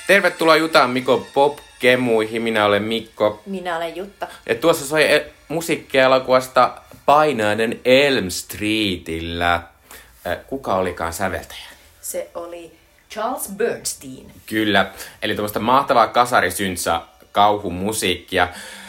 Tervetuloa Jutaan Mikko Pop-kemuihin. Minä olen Mikko. Minä olen Jutta. Ja tuossa soi musiikkielokuvasta Painainen Elm Streetillä. Kuka olikaan säveltäjä? Se oli Charles Bernstein. Kyllä. Eli tuommoista mahtavaa kasarisyntsa kauhumusiikkia.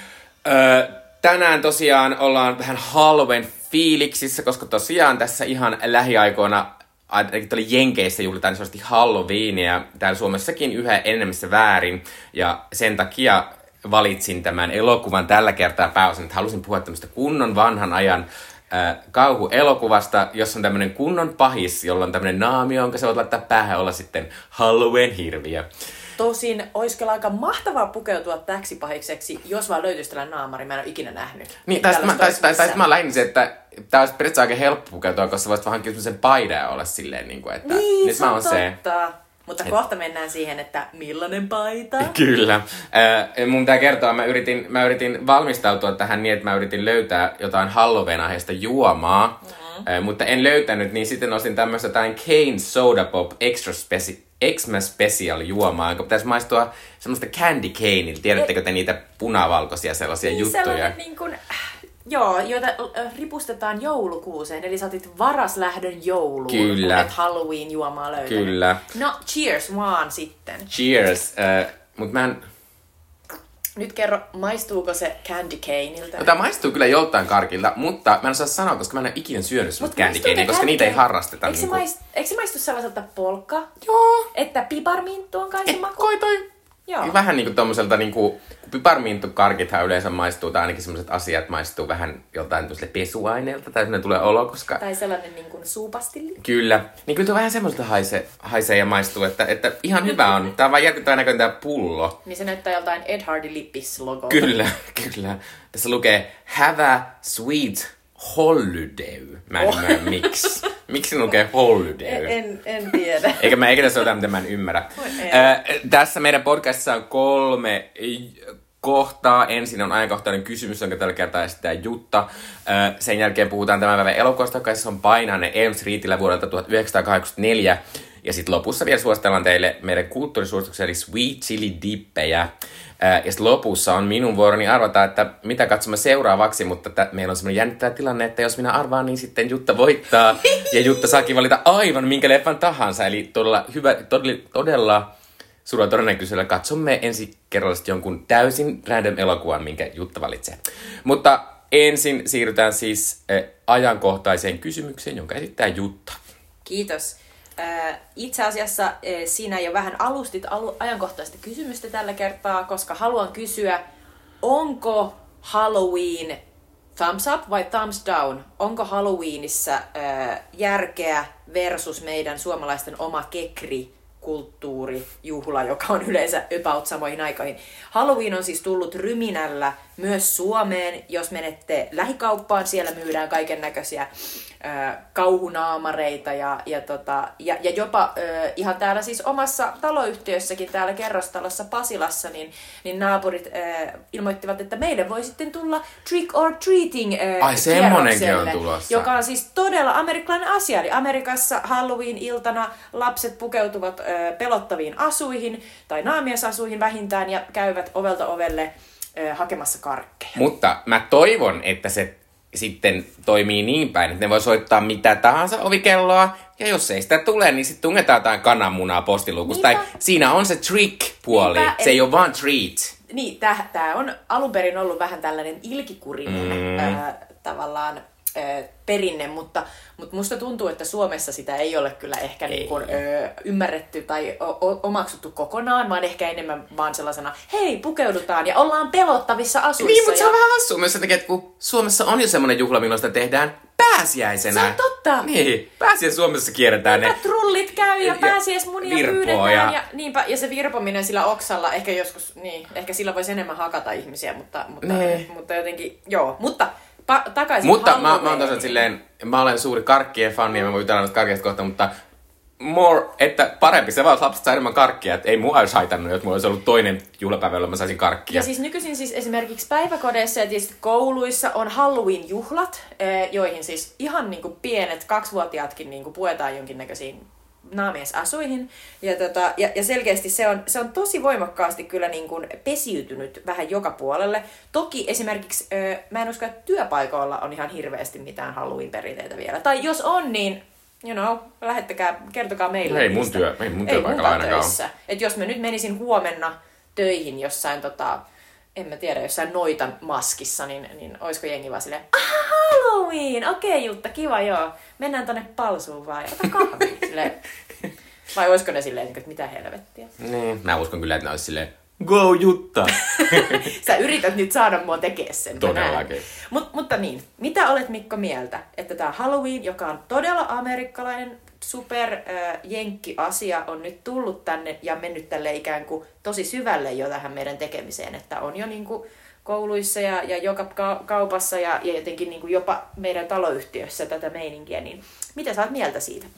Tänään tosiaan ollaan vähän Halloween-fiiliksissä, koska tosiaan tässä ihan lähiaikoina, ainakin tuolla Jenkeissä juhlitaan niin sanotusti Halloweenia, täällä Suomessakin yhä enemmissä väärin, ja sen takia valitsin tämän elokuvan tällä kertaa pääosin, että halusin puhua tämmöistä kunnon vanhan ajan kauhuelokuvasta, jossa on tämmöinen kunnon pahis, jolla on tämmöinen naamio, jonka se voit laittaa päähän olla sitten Halloween-hirviö. Tosin olisi kyllä aika mahtavaa pukeutua täksi pahikseksi, jos vaan löytyisi tällainen naamari. Mä en ole ikinä nähnyt. Niin, tai mä lähdin se, että tää olisi periaatteessa aika helppo pukeutua, koska sä voisit vähän semmoisen paidan ja olla silleen, että niin, nyt mä oon se. Mutta kohta mennään siihen, että millainen paita? Kyllä. Mun pitää kertoa, mä yritin valmistautua tähän niin, että mä yritin löytää jotain Halloween-aiheista juomaa, mutta en löytänyt, niin sitten ostin tämmöistä jotain Cane Soda Pop Extra Special juomaa, joka pitäisi maistua semmoista Candy Caneilta. Tiedättekö te niitä punavalkoisia sellaisia niin, juttuja? Sellainen niin kuin, joo, joita ripustetaan joulukuuseen, eli sä otit varaslähdön jouluun, Kyllä. kun et Halloween-juomaa löytänyt. Kyllä. No, cheers vaan sitten. Cheers. Mut mä en... Nyt kerro, maistuuko se Candy Caneilta? No, tää maistuu kyllä joltain karkilta, mutta mä en osaa sanoa, koska mä en ole ikinä syönyt semmoista Candy Canea, koska niitä ei harrasteta. Eikö se maistu sellaiselta polkka? Joo. Että piparminttu on kai se maku? Toi. Joo. Vähän niinku tommoselta niinku, piparminttukarkithan yleensä maistuu, tai ainakin semmoiset asiat maistuu vähän joltain tommoselle pesuaineelta, tai semmoinen tulee olo, koska... Tai sellainen niinku suupastilli. Kyllä. Niin kyllä tuo vähän semmoiselta haisee ja maistuu, että ihan hyvä on. Tää on vaan järkyttävän näköinen tää pullo. Niin se näyttää joltain Ed Hardy Lippis-logoa. Kyllä. Tässä lukee Have a sweet holiday. Mä en ymmärrä miksi. Miksi lukee holiday? En tiedä. Eikä tässä ole jotain, mitä mä en ymmärrä. Tässä meidän podcastissa on 3 kohtaa. Ensin on ajankohtainen kysymys, jonka tällä kertaa esittää Jutta. Sen jälkeen puhutaan tämän päivän elokuvasta, joka on Painainen Elm Streetillä vuodelta 1984. Ja sitten lopussa vielä suositellaan teille meidän kulttuurisuosituksia, eli Sweet Chili Dippejä. Ja sitten lopussa on minun vuoroni arvata, että mitä katsomme seuraavaksi, mutta meillä on semmoinen jännittävä tilanne, että jos minä arvaan, niin sitten Jutta voittaa. Ja Jutta saakin valita aivan minkä leffan tahansa. Eli todella suurella todennäköisyydellä katsomme ensi kerralla jonkun täysin random elokuvan, minkä Jutta valitsee. Mutta ensin siirrytään siis ajankohtaiseen kysymykseen, jonka esittää Jutta. Kiitos. Itse asiassa siinä jo vähän alustit ajankohtaista kysymystä tällä kertaa, koska haluan kysyä, onko Halloween thumbs up vai thumbs down? Onko Halloweenissa järkeä versus meidän suomalaisten oma kulttuurijuhla, joka on yleensä about samoihin aikoihin. Halloween on siis tullut ryminällä myös Suomeen. Jos menette lähikauppaan, siellä myydään kaiken näköisiä kauhunaamareita ja jopa ihan täällä siis omassa taloyhtiössäkin, täällä kerrostalossa Pasilassa, niin naapurit ilmoittivat, että meille voi sitten tulla trick or treating kierrokselle, joka on siis todella amerikkalainen asia. Eli Amerikassa Halloween-iltana lapset pukeutuvat pelottaviin asuihin tai naamiaisasuihin vähintään ja käyvät ovelta ovelle hakemassa karkkeja. Mutta mä toivon, että se sitten toimii niin päin, että ne voi soittaa mitä tahansa ovikelloa, ja jos ei sitä tule, niin sitten tungetaan jotain kananmunaa postiluukusta. Tai siinä on se trick-puoli, se ei ole vaan treat. Niin, tää on alun perin ollut vähän tällainen ilkikurinen tavallaan perinne, mutta musta tuntuu, että Suomessa sitä ei ole kyllä ehkä niin kuin, ymmärretty tai omaksuttu kokonaan, vaan ehkä enemmän vaan sellaisena, hei, pukeudutaan ja ollaan pelottavissa asuissa. Niin, mutta se on vähän hassua myös sen takia, että kun Suomessa on jo semmoinen juhla, milloin sitä tehdään pääsiäisenä. Se on totta. Niin, pääsiäis Suomessa kierretään ne. Trullit käy ja pääsiäismunia pyydetään ja se virpominen sillä oksalla, ehkä joskus, niin, ehkä sillä voisi enemmän hakata ihmisiä, mutta jotenkin, joo, mutta takaisin Mutta mä oon tosiaan silleen, mä olen suuri karkkien fani ja mä voin jutella noista karkkeista kohta, mutta että parempi se vaan, että lapset saa enemmän karkkia. Että ei mua olisi haitannut, jos mulla olisi ollut toinen juhlapäivä, jolla mä saisin karkkia. Ja siis nykyisin siis esimerkiksi päiväkodeissa ja tietysti kouluissa on Halloween-juhlat, joihin siis ihan niinku pienet 2-vuotiaatkin niinku puetaan jonkinnäköisiin naamiesasuihin. Ja selkeästi se on tosi voimakkaasti kyllä niin kuin pesiytynyt vähän joka puolelle. Toki esimerkiksi mä en usko, että työpaikoilla on ihan hirveästi mitään Halloween-perinteitä vielä. Tai jos on, niin lähettäkää, kertokaa meille. Ei mun työpaikalla ainakaan ole. Että jos mä nyt menisin huomenna töihin jossain en mä tiedä, jossain noitan maskissa, niin olisiko jengi vaan silleen, Halloween, okei Jutta, kiva joo, mennään tonne Palsuun vaan ja ota kahvia. Silleen, vai olisiko ne silleen, että mitä helvettiä? Niin, mä uskon kyllä, että ne olisi silleen, go Jutta! Sä yrität nyt saada mua tekee sen. Todellakin. Mutta niin, mitä olet Mikko mieltä, että tää Halloween, joka on todella amerikkalainen, super jenkki-asia, on nyt tullut tänne ja mennyt tälle ikään kuin tosi syvälle jo tähän meidän tekemiseen, että on jo niin kuin kouluissa ja joka kaupassa ja jotenkin niin kuin jopa meidän taloyhtiössä tätä meininkiä, niin mitä sä oot mieltä siitä?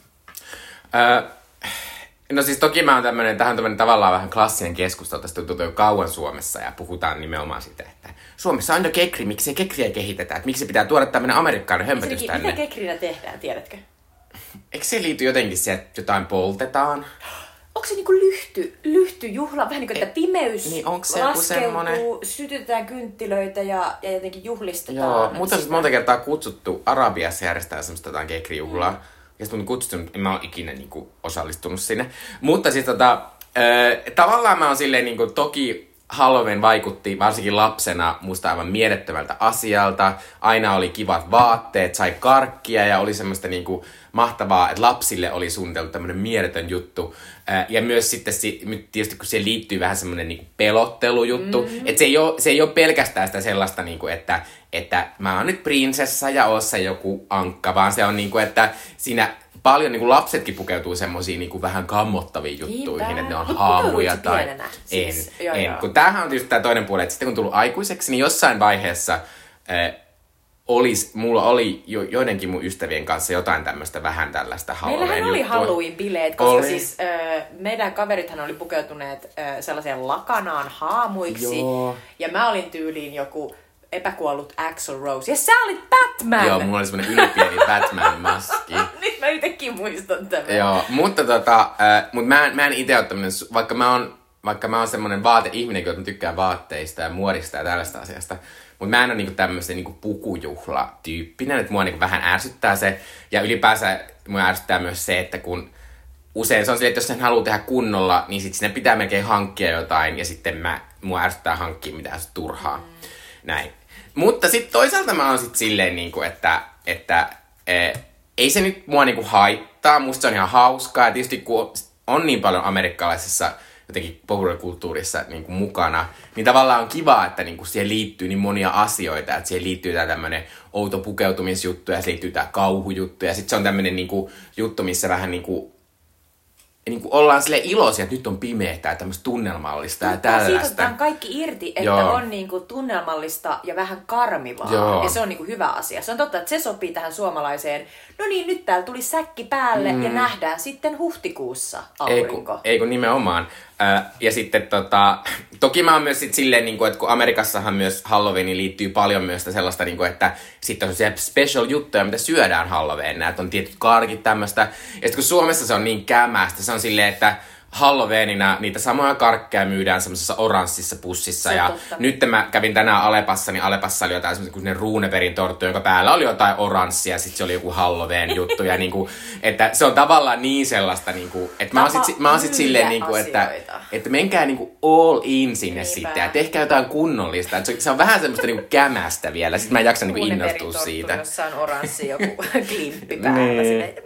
No siis toki mä oon tämmönen tavallaan vähän klassinen keskustelu, tästä tuntuu jo kauan Suomessa ja puhutaan nimenomaan siitä, että Suomessa on jo kekri, miksi kekriä kehitetään, että miksi pitää tuoda tämmönen amerikkalainen hömpötys tänne. Mitä kekrinä tehdään, tiedätkö? Eikö se liity jotenkin siihen, että jotain poltetaan? Onko se niinku lyhtyjuhla, vähän niin kuin, että pimeys niin laskeutuu, sytytetään kynttilöitä ja jotenkin juhlistetaan. Joo, mutta on monta kertaa kutsuttu, Arabiassa järjestää semmoista jotain kekrijuhlaa. Ja sitten mun kutsuttu, en mä oon ikinä niinku osallistunut sinne. Mutta siis tavallaan mä oon silleen niinku, toki Halloween vaikutti varsinkin lapsena musta aivan mielettömältä asialta. Aina oli kivat vaatteet, sai karkkia ja oli semmoista niinku mahtavaa, että lapsille oli suunniteltu tämmönen mieletön juttu. Ja myös sitten tietysti kun siihen liittyy vähän semmoinen niinku pelottelujuttu. Että se ei ole pelkästään sitä sellaista, niinku, että mä oon nyt prinsessa ja oot sä joku ankka, vaan se on niinku, että siinä paljon niinku lapsetkin pukeutuu semmoisiin niinku vähän kammottaviin juttuihin, että ne on haamuja tai... Siis, en. Kun tämähän on tietysti tää toinen puoli, että sitten kun tullut aikuiseksi, niin jossain vaiheessa mulla oli joidenkin mun ystävien kanssa jotain tämmöistä vähän tällaista Halloween-juttua. Meillähän oli Halloween-bileet, koska siis meidän kaverithan oli pukeutuneet sellaiseen lakanaan haamuiksi. Joo. Ja mä olin tyyliin joku epäkuollut Axl Rose. Ja sä olit Batman! Joo, mulla oli semmonen ylipieni Batman-maski. Nyt mä yhtäkkiä muistan tämän. Joo, mutta mä en ite ole tämmönen, vaikka mä oon semmonen vaateihminen, joka tykkää vaatteista ja muodista ja tällaista asiasta. Mutta mä en ole niinku tämmöisen niinku pukujuhla-tyyppinen, että mua niinku vähän ärsyttää se. Ja ylipäänsä mua ärsyttää myös se, että kun usein se on silleen, että jos sen haluaa tehdä kunnolla, niin sit sinne pitää melkein hankkia jotain. Ja sitten mua ärsyttää hankkia mitään turhaa. Näin. Mutta sitten toisaalta mä oon sit silleen, niinku, että ei se nyt mua niinku haittaa. Musta se on ihan hauskaa. Ja tietysti kun on niin paljon amerikkalaisessa jotenkin populaarikulttuurissa niin mukana, niin tavallaan on kiva, että niin siihen liittyy niin monia asioita, että siihen liittyy tää tämmönen outo pukeutumisjuttu ja siihen liittyy tää kauhujuttu ja sitten se on tämmönen niin juttu, missä vähän niin kuin ollaan sille iloisia, että nyt on pimeää, tämmöistä tunnelmallista ja tällaista. Siitä otetaan kaikki irti, että on niinku tunnelmallista ja vähän karmivaa. Joo. Ja se on niinku hyvä asia. Se on totta, että se sopii tähän suomalaiseen. No niin, nyt täällä tuli säkki päälle ja nähdään sitten huhtikuussa aurinko. Ei kun nimenomaan. Ja sitten toki mä oon myös sit silleen, että kun Amerikassahan myös Halloweeniin liittyy paljon myös sellaista, että sitten on sellaisia special juttuja, mitä syödään Halloweenina, että on tietyt karkit tämmöistä. Ja sitten kun Suomessa se on niin kämästä, se on silleen, että Halloweenina niitä samoja karkkeja myydään semmoisessa oranssissa pussissa. Ja totta. Nyt mä kävin tänään Alepassa, niin Alepassa oli jotain semmoinen Runebergin torttu, jonka päällä oli jotain oranssia, ja sitten se oli joku Halloween-juttu. Ja että se on tavallaan niin sellaista, että mä oon sit silleen, että menkää all in sinne sitten, ja tehkää jotain kunnollista. Että se on vähän semmoista kämästä vielä, sitten mä en jaksa innostua siitä. Jossa on oranssi joku klimppi päällä.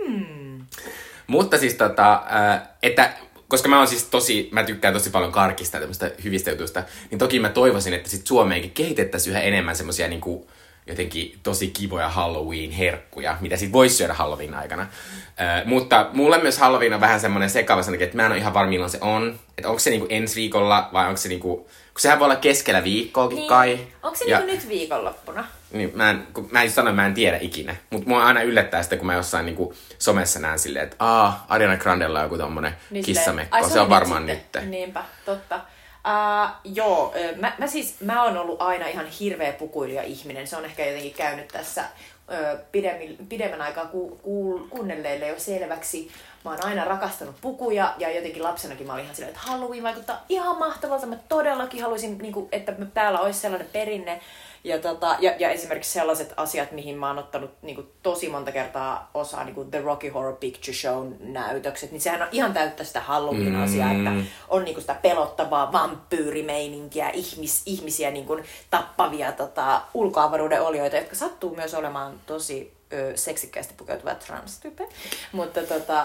Mutta siis että koska mä tykkään tosi paljon karkista ja tämmöistä hyvistä jutuista, niin toki mä toivoisin, että sit Suomeenkin kehitettäisiin yhä enemmän semmosia jotenkin tosi kivoja Halloween-herkkuja, mitä sit voisi syödä Halloween aikana. Mutta mulle myös Halloween on vähän semmoinen sekava sen takia, että mä en ole ihan varma milloin se on. Että onko se ensi viikolla vai onko se kun sehän voi olla keskellä viikkoakin niin. Kai. Onko se nyt viikonloppuna? Niin, mä en sano, mä en tiedä ikinä. Mutta mua aina yllättää sitä, kun mä jossain somessa näen silleen, että Ariana Grandella on joku tommonen niin kissamekko. Se on varmaan nyt. Niinpä, totta. Joo, mä oon ollut aina ihan hirveä pukuilija-ihminen. Se on ehkä jotenkin käynyt tässä pidemmän aikaa kuunnelleille jo selväksi. mä oon aina rakastanut pukuja ja jotenkin lapsenakin mä olin ihan silleen, että Halloween vaikuttaa ihan mahtavalta. Mä todellakin haluaisin, niin kuin, että täällä olisi sellainen perinne. Ja esimerkiksi sellaiset asiat, mihin mä oon ottanut niin kuin, tosi monta kertaa osaa, niin kuin The Rocky Horror Picture Show -näytökset, niin sehän on ihan täyttä sitä Halloween-asiaa, että on niin kuin, sitä pelottavaa vampyyrimeininkiä, ihmisiä niin kuin, tappavia ulkoavaruuden olioita, jotka sattuu myös olemaan tosi seksikkäästi pukeutuvat transtyyppejä. Mutta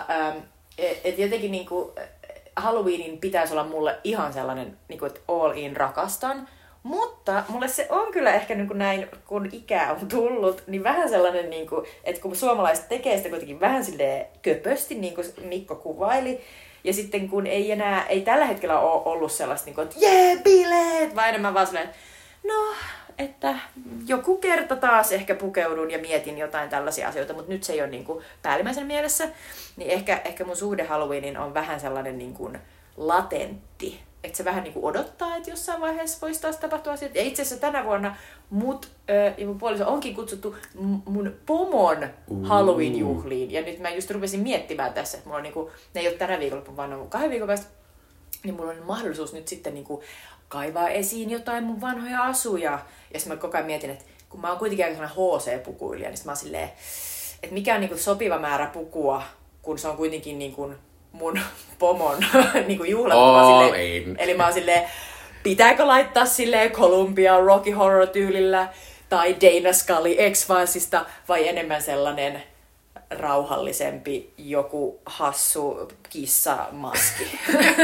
et jotenkin niin kuin, Halloweenin pitäisi olla mulle ihan sellainen, niin kuin, että all in rakastan. Mutta mulle se on kyllä ehkä niin kuin näin, kun ikää on tullut, niin vähän sellainen, niin kuin, että kun suomalaiset tekee sitä kuitenkin vähän silleen köpösti, niin kuin Mikko kuvaili, ja sitten kun ei tällä hetkellä ole ollut sellaista, niin kuin, että jee, bileet, vaan enemmän vaan sellainen, no, että joku kerta taas ehkä pukeudun ja mietin jotain tällaisia asioita, mutta nyt se ei ole niin kuin päällimmäisen mielessä, niin ehkä mun suhde Halloweenin on vähän sellainen niin kuin latentti. Että se vähän niin kuin odottaa, että jossain vaiheessa voisi taas tapahtua asioita. Ja itse asiassa tänä vuonna mut ja mun puoliso onkin kutsuttu mun pomon Halloween-juhliin. Ja nyt mä just rupesin miettimään tässä, että mulla on niinku, ne ei ole tänä viikonloppuna, vaan on 2 viikon päästä. Niin mulla on mahdollisuus nyt sitten niinku kaivaa esiin jotain mun vanhoja asuja. Ja sitten mä koko ajan mietin, että kun mä oon kuitenkin aika sellainen HC-pukuilija, niin sit mä oon silleen, että mikä on niinku sopiva määrä pukua, kun se on kuitenkin niinku mun pomon niinku juhlat. Eli mä oon silleen, pitääkö laittaa silleen Columbia Rocky Horror -tyylillä tai Dana Scully X-Filesista vai enemmän sellainen rauhallisempi joku hassu kissamaski.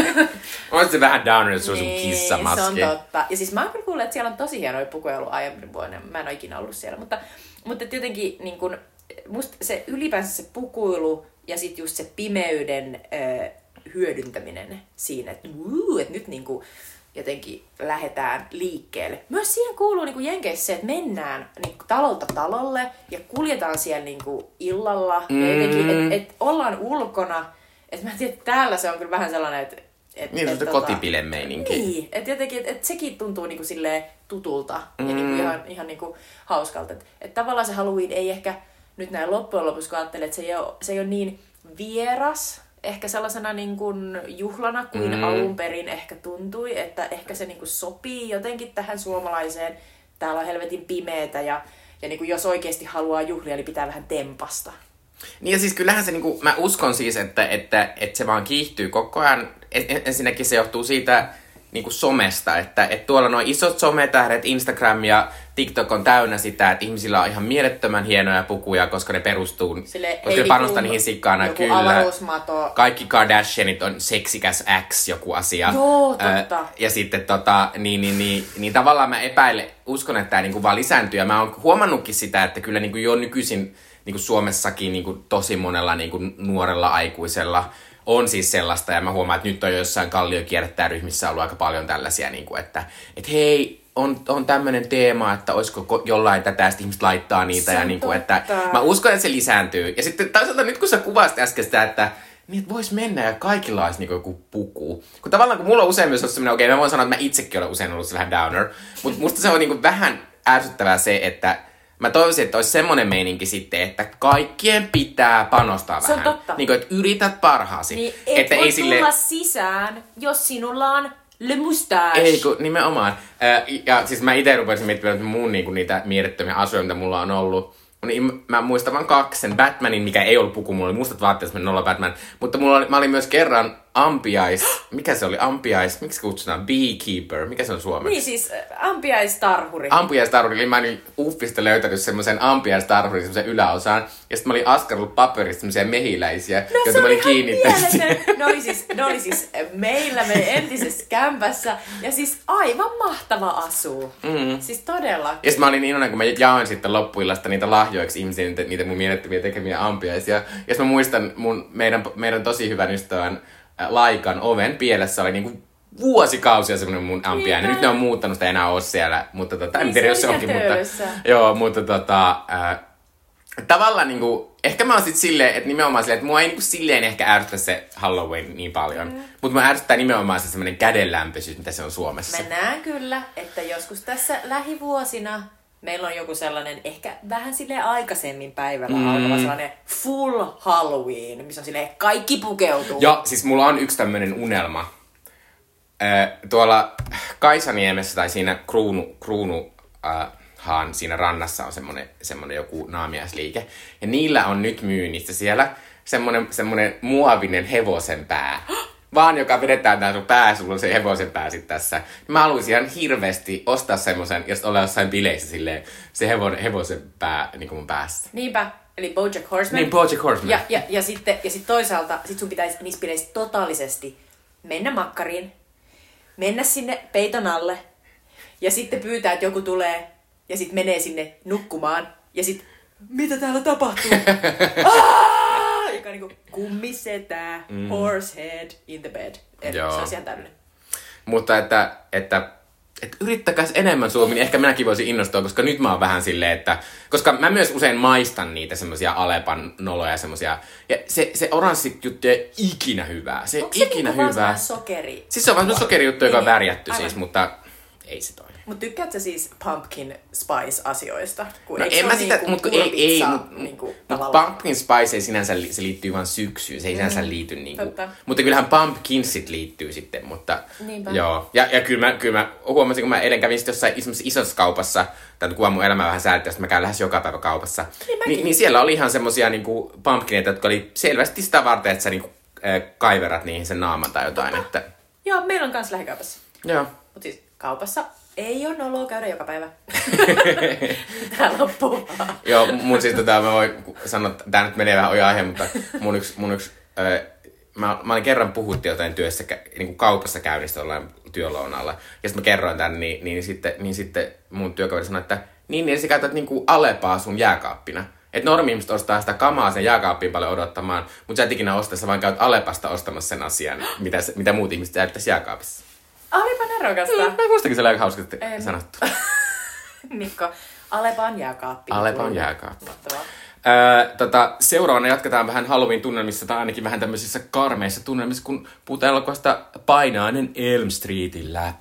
On se vähän downer, se on sun kissamaski. Se on totta. Ja siis mä oon kyllä kuullut, että siellä on tosi hienoja pukuja ollut aiemmin vuonna. Mä en ole ikinä ollut siellä. Mutta jotenkin niin kun, musta se ylipäänsä se pukuilu ja sit just se pimeyden hyödyntäminen siinä, että nyt niinku jotenkin lähdetään liikkeelle. Myös siihen kuuluu niinku Jenkeissä se, että mennään niinku talolta talolle ja kuljetaan siellä niinku illalla. Ja jotenkin, että ollaan ulkona. Että mä tiedän, että täällä se on kyllä vähän sellainen, että niin, se kotipilemeininki. Niin, että jotenkin, että sekin tuntuu niinku silleen tutulta ja niinku ihan niinku hauskalta. Että tavallaan se Halloween ei ehkä nyt näin loppujen lopuksi, kun ajattelee, että se ei ole niin vieras ehkä sellaisena niin kuin juhlana kuin alun perin ehkä tuntui, että ehkä se niin kuin sopii jotenkin tähän suomalaiseen. Täällä on helvetin pimeetä ja niin kuin jos oikeasti haluaa juhlia, niin pitää vähän tempasta. Niin ja siis kyllähän se, niin kuin, mä uskon siis, että se vaan kiihtyy koko ajan. Ensinnäkin se johtuu siitä niin kuin somesta, että tuolla nuo isot sometähdet, Instagram ja TikTok on täynnä sitä, että ihmisillä on ihan mielettömän hienoja pukuja, koska ne perustuu, koska ne panostaa niihin sikkaana. Kyllä. Avaruusmato. Kaikki Kardashianit on seksikäs X joku asia. Joo, totta. Ja sitten niin tavallaan mä uskon, että tämä niinku vaan lisääntyy. Ja mä oon huomannutkin sitä, että kyllä niinku jo nykyisin niinku Suomessakin niinku tosi monella niinku nuorella aikuisella on siis sellaista, ja mä huomaan, että nyt on jossain Kalliokierrättäjäryhmissä ollut aika paljon tällaisia, niin kuin, että hei, on tämmöinen teema, että olisiko jollain tätä, sitten ihmiset laittaa niitä, ja niin kuin, että mä uskon, että se lisääntyy. Ja sitten toisaalta nyt kun sä kuvasit äsken sitä, että niin vois mennä ja kaikilla olisi niin joku puku. Kun tavallaan kun mulla on usein myös semmoinen, okei, mä voin sanoa, että mä itsekin olen usein ollut se vähän downer, mutta musta se on niin kuin vähän ärsyttävää se, että mä toivoisin, että olisi semmoinen meininki sitten, että kaikkien pitää panostaa se vähän. On totta. Niin kuin, että yrität parhaasi. Niin että voi tulla sisään, jos sinulla on le moustache. Ei, kun nimenomaan. Ja siis mä ite rupesin miettimään, että mun niinku, niitä mielettömiä asuja, mitä mulla on ollut. Niin mä muistan vaan 2, sen Batmanin, mikä ei ollut puku, mulla oli mustat vaatteet, semmoinen nolla Batman. Mutta mä olin myös kerran mikä se oli? Miksi kutsutaan? Beekeeper. Mikä se on suomeksi? Niin siis ampiaistarhuri. Ampiaistarhuri. Eli mä olin Uffista löytänyt semmoisen ampiaistarhurin semmoisen yläosaan. Ja sitten mä olin askarrullut paperista semmoisia mehiläisiä, joita mä olin kiinnittänyt. Ne oli siis meillä entisessä kämpässä. Ja siis aivan mahtava asu. Siis todella. Ja sitten mä olin niin iloinen, kun mä jaoin sitten loppuillasta niitä lahjoiksi ihmisille, niitä mun mielettömiä tekemiä ampiaisia. Ja mä muistan meidän tosi hyvän ystävän Laikan oven pielessä oli niinku vuosikausia semmoinen mun ampiainen. Nyt ne on muuttanut, sitä enää ole siellä, mutta en tiedä jos se onkin, mutta tavallaan niinku, ehkä mä oon sit silleen, että nimenomaan silleen, että mua ei niinku silleen ehkä ärsytä se Halloween niin paljon, mutta mua ärsyttää nimenomaan se semmoinen kädenlämpöisyys, mitä se on Suomessa. Mä näen kyllä, että joskus tässä lähivuosina meillä on joku sellainen, ehkä vähän silleen aikaisemmin päivällä alkava sellainen full Halloween, missä on silleen kaikki pukeutuu. Joo, siis mulla on yksi tämmönen unelma. Tuolla Kaisaniemessä tai siinä Kruunuhan siinä rannassa on semmonen joku naamiaisliike. Ja niillä on nyt myynnissä siellä semmonen muovinen hevosen pää. Vaan joka vedetään tää sun pää, sulla on se hevosen pää sit tässä. Mä haluaisin ihan hirveesti ostaa semmosen, ja sit olla jossain bileissä silleen, se hevosen pää niinku mun päässä. Niinpä, eli BoJack Horseman. Niin, BoJack Horseman. Ja sitten toisaalta sun pitäisi niissä bileissä totaalisesti mennä makkariin, mennä sinne peiton alle, ja sitten pyytää, että joku tulee, ja sitten menee sinne nukkumaan, ja sitten, mitä täällä tapahtuu? Joka niinku kummisetä, horsehead in the bed. Se on ihan täydellinen. Mutta että yrittäkäs enemmän Suomi, niin ehkä minäkin voisin innostua, koska nyt mä oon vähän silleen, että... Koska mä myös usein maistan niitä semmosia Alepan noloja semmosia... Ja se oranssi juttu ei ikinä hyvää. Se onko ikinä se niinku hyvää. Sokeri? Siis se on vaan sokerijuttu, joka on värjätty siis, mutta ei se toimi. Mut tykkäätkö siis pumpkin spice-asioista? No en mä sitä, mutta pumpkin spice ei sinänsä, se liittyy vaan syksyyn, se ei sinänsä liity niinku. Mutta kyllähän pumpkinsit liittyy sitten, mutta niinpä. Joo. Ja kyllä mä huomasin, kun mä eilen kävin jossain isossa kaupassa, tai kun mun elämä vähän säädetty, että mä käyn lähes joka päivä kaupassa, niin siellä oli ihan semmosia niinku pumpkineita, jotka oli selvästi sitä varten, että sä niinku kaiverat niihin sen naaman tai jotain. Että... Joo, meillä on kans lähikaupassa. Joo. Mut siis kaupassa ei ole noloa käydä joka päivä. Tää loppuu. Joo, mun siis mä voin sanoa, että tää nyt menee vähän ohi aihe, mutta mun yksi mä olin kerran puhuttiin jotain työssä, niin kaupassa käynnistä ollaan työlounalla. Ja sitten mä kerroin tän, niin sitten mun työkaveri sanoi, että niin sä käytät niinku Alepaa sun jääkaappina. Että normi-ihmiset ostaa sitä kamaa sen jääkaappiin paljon odottamaan, mutta sä et ikinä osta, sä vaan käyt Alepasta ostamassa sen asian, mitä muut ihmiset käyttäisi jääkaapissa. Olipa nerokasta. Mä muistakin se oli aika hauskasti sanottu. Mikko, Alepan jääkaappi. Alepan jääkaappi. Seuraavana jatketaan vähän Halloween-tunnelmissa, tai ainakin vähän tämmöisissä karmeissa tunnelmissa, kun puhutaan elokuvasta Painainen Elm Streetillä.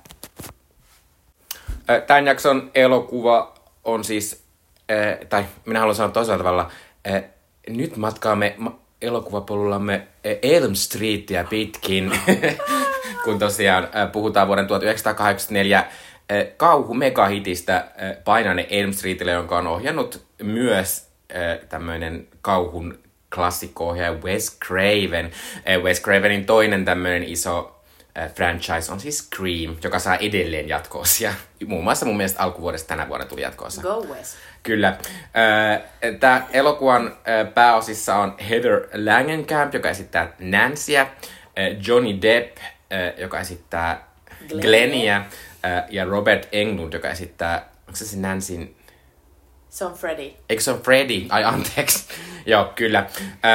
Tämän jakson elokuva on siis, tai minä haluan sanoa toisella tavalla, nyt matkaamme elokuvapolullamme Elm Streetia pitkin, kun tosiaan puhutaan vuoden 1984 kauhu-megahitistä Painainen Elm Streetillä, jonka on ohjannut myös tämmöinen kauhun klassikko-ohjaaja Wes Craven. Wes Cravenin toinen tämmöinen iso franchise on siis Scream, joka saa edelleen jatko-osia. Muun muassa mun mielestä alkuvuodesta tänä vuonna tuli jatko-osa. Go Wes. Kyllä. Tämä elokuvan pääosissa on Heather Langenkamp, joka esittää Nancyä, Johnny Depp, joka esittää Glenniä, ja Robert Englund, joka esittää, onko se Nancyn... Se on Freddy. Eikö se on Freddy? Ai anteeksi. Joo, kyllä.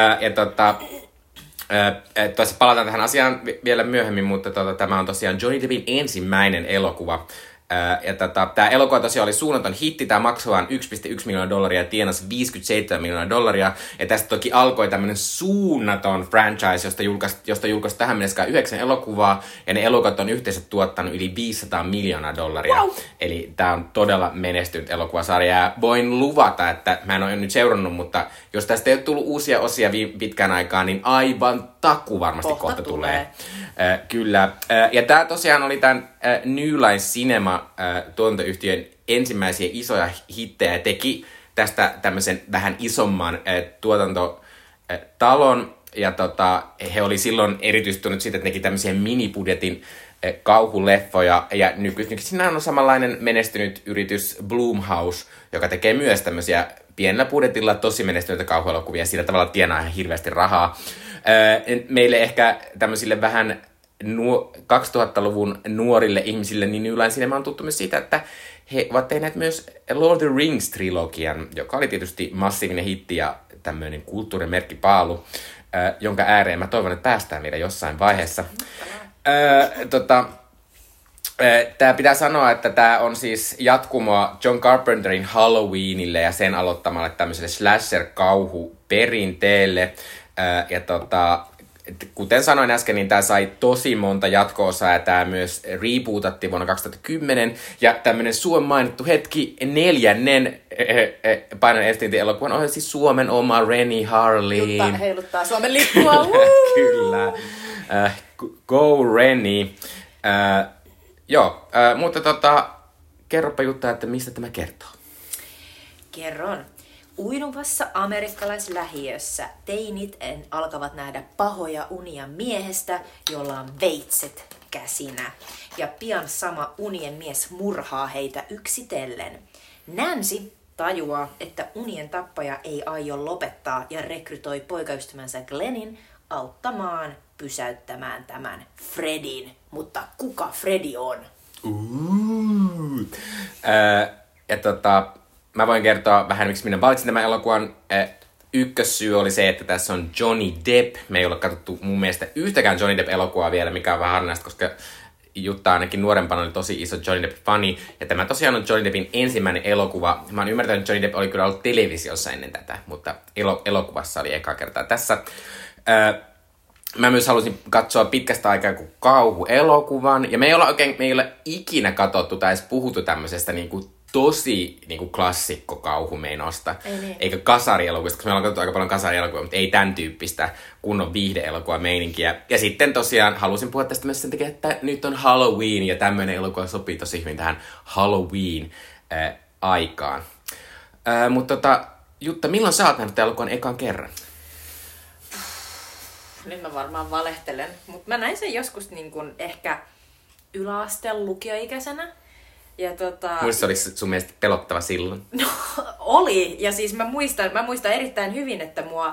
Tuossa palataan tähän asiaan vielä myöhemmin, mutta tämä on tosiaan Johnny Deppin ensimmäinen elokuva. Tämä elokuva tosiaan oli suunnaton hitti. Tämä maksoi vain $1.1 miljoonaa ja tienasi $57 miljoonaa. Ja tästä toki alkoi tämmöinen suunnaton franchise, josta julkaisi tähän mennessä 9 elokuvaa. Ja ne elokuvat on yhteensä tuottanut yli $500 miljoonaa. Wow. Eli tämä on todella menestynyt elokuvasarja. Ja voin luvata, että mä en ole nyt seurannut, mutta jos tästä ei ole tullut uusia osia pitkään aikaan, niin aivan taku varmasti kohta tulee. Kyllä. Ja tämä tosiaan oli tämän New Line Cinema tuotantoyhtiön ensimmäisiä isoja hittejä ja teki tästä tämmöisen vähän isomman tuotantotalon. Ja he oli silloin erityistynyt siitä, että teki tämmöisiä minibudjetin kauhuleffoja. Ja nykyisin siinä on samanlainen menestynyt yritys Blumhouse, joka tekee myös tämmöisiä pienellä budjetilla tosi menestyneitä kauhuelokuvia. Sillä tavalla tienaa ihan hirveästi rahaa. Meille ehkä tämmöisille vähän 2000-luvun nuorille ihmisille, niin New Line Cinema on tuttu myös siitä, että he ovat tehneet myös Lord of the Rings-trilogian, joka oli tietysti massiivinen hitti ja tämmöinen kulttuurimerkkipaalu, jonka ääreen mä toivon, että päästään vielä jossain vaiheessa. Tää pitää sanoa, että tää on siis jatkumoa John Carpenterin Halloweenille ja sen aloittamalle tämmöiselle slasher-kauhuperinteelle. kuten sanoin äsken, niin tämä sai tosi monta jatko-osaa ja tämä myös rebootattiin vuonna 2010. Ja tämmöinen Suomen mainittu hetki, 4. Painon elokuvan ohjasi siis Suomen oma Rennie Harlin. Jutta heiluttaa Suomen lippua. Kyllä. Go Rennie. Mutta kerropa Jutta, että mistä tämä kertoo? Kerron. Uinuvassa amerikkalaislähiössä teinit alkavat nähdä pahoja unia miehestä, jolla on veitset käsinä. Ja pian sama unien mies murhaa heitä yksitellen. Nancy tajuaa, että unien tappaja ei aio lopettaa ja rekrytoi poikaystävänsä Glennin auttamaan pysäyttämään tämän Fredin. Mutta kuka Fredi on? Mä voin kertoa vähän, miksi minä valitsin tämän elokuvan. Ykkössyy oli se, että tässä on Johnny Depp. Me ei ole katsottu mun mielestä yhtäkään Johnny Depp-elokuvaa vielä, mikä on vähän harvinaista, koska Jutta ainakin nuorempana oli tosi iso Johnny Depp-fani. Ja tämä tosiaan on Johnny Deppin ensimmäinen elokuva. Mä oon ymmärtänyt, että Johnny Depp oli kyllä ollut televisiossa ennen tätä, mutta elokuvassa oli eka kertaa tässä. Mä myös halusin katsoa pitkästä aikaa kuin kauhuelokuvan. Ja me ei ole ikinä katsottu tai edes puhuttu tämmöisestä niinku tosi niinku klassikko kauhumeinosta. Niin. Eikä kasarielokuvista, koska me ollaan katsottu aika paljon kasarielokuvia, mutta ei tämän tyyppistä kunnon viihde-elokuva meininkiä. Ja sitten tosiaan halusin puhua tästä myös sen takia, että nyt on Halloween ja tämmöinen elokuva sopii tosi hyvin tähän Halloween-aikaan. Mutta Jutta, milloin sä oot nähnyt tämän elokuvan ekan kerran? Nyt mä varmaan valehtelen, mutta mä näin sen joskus niin kun ehkä yläasteen lukioikäisenä. Ja Muista oliko sun mielestä pelottava silloin? No, oli. Ja siis mä muistan erittäin hyvin, että mua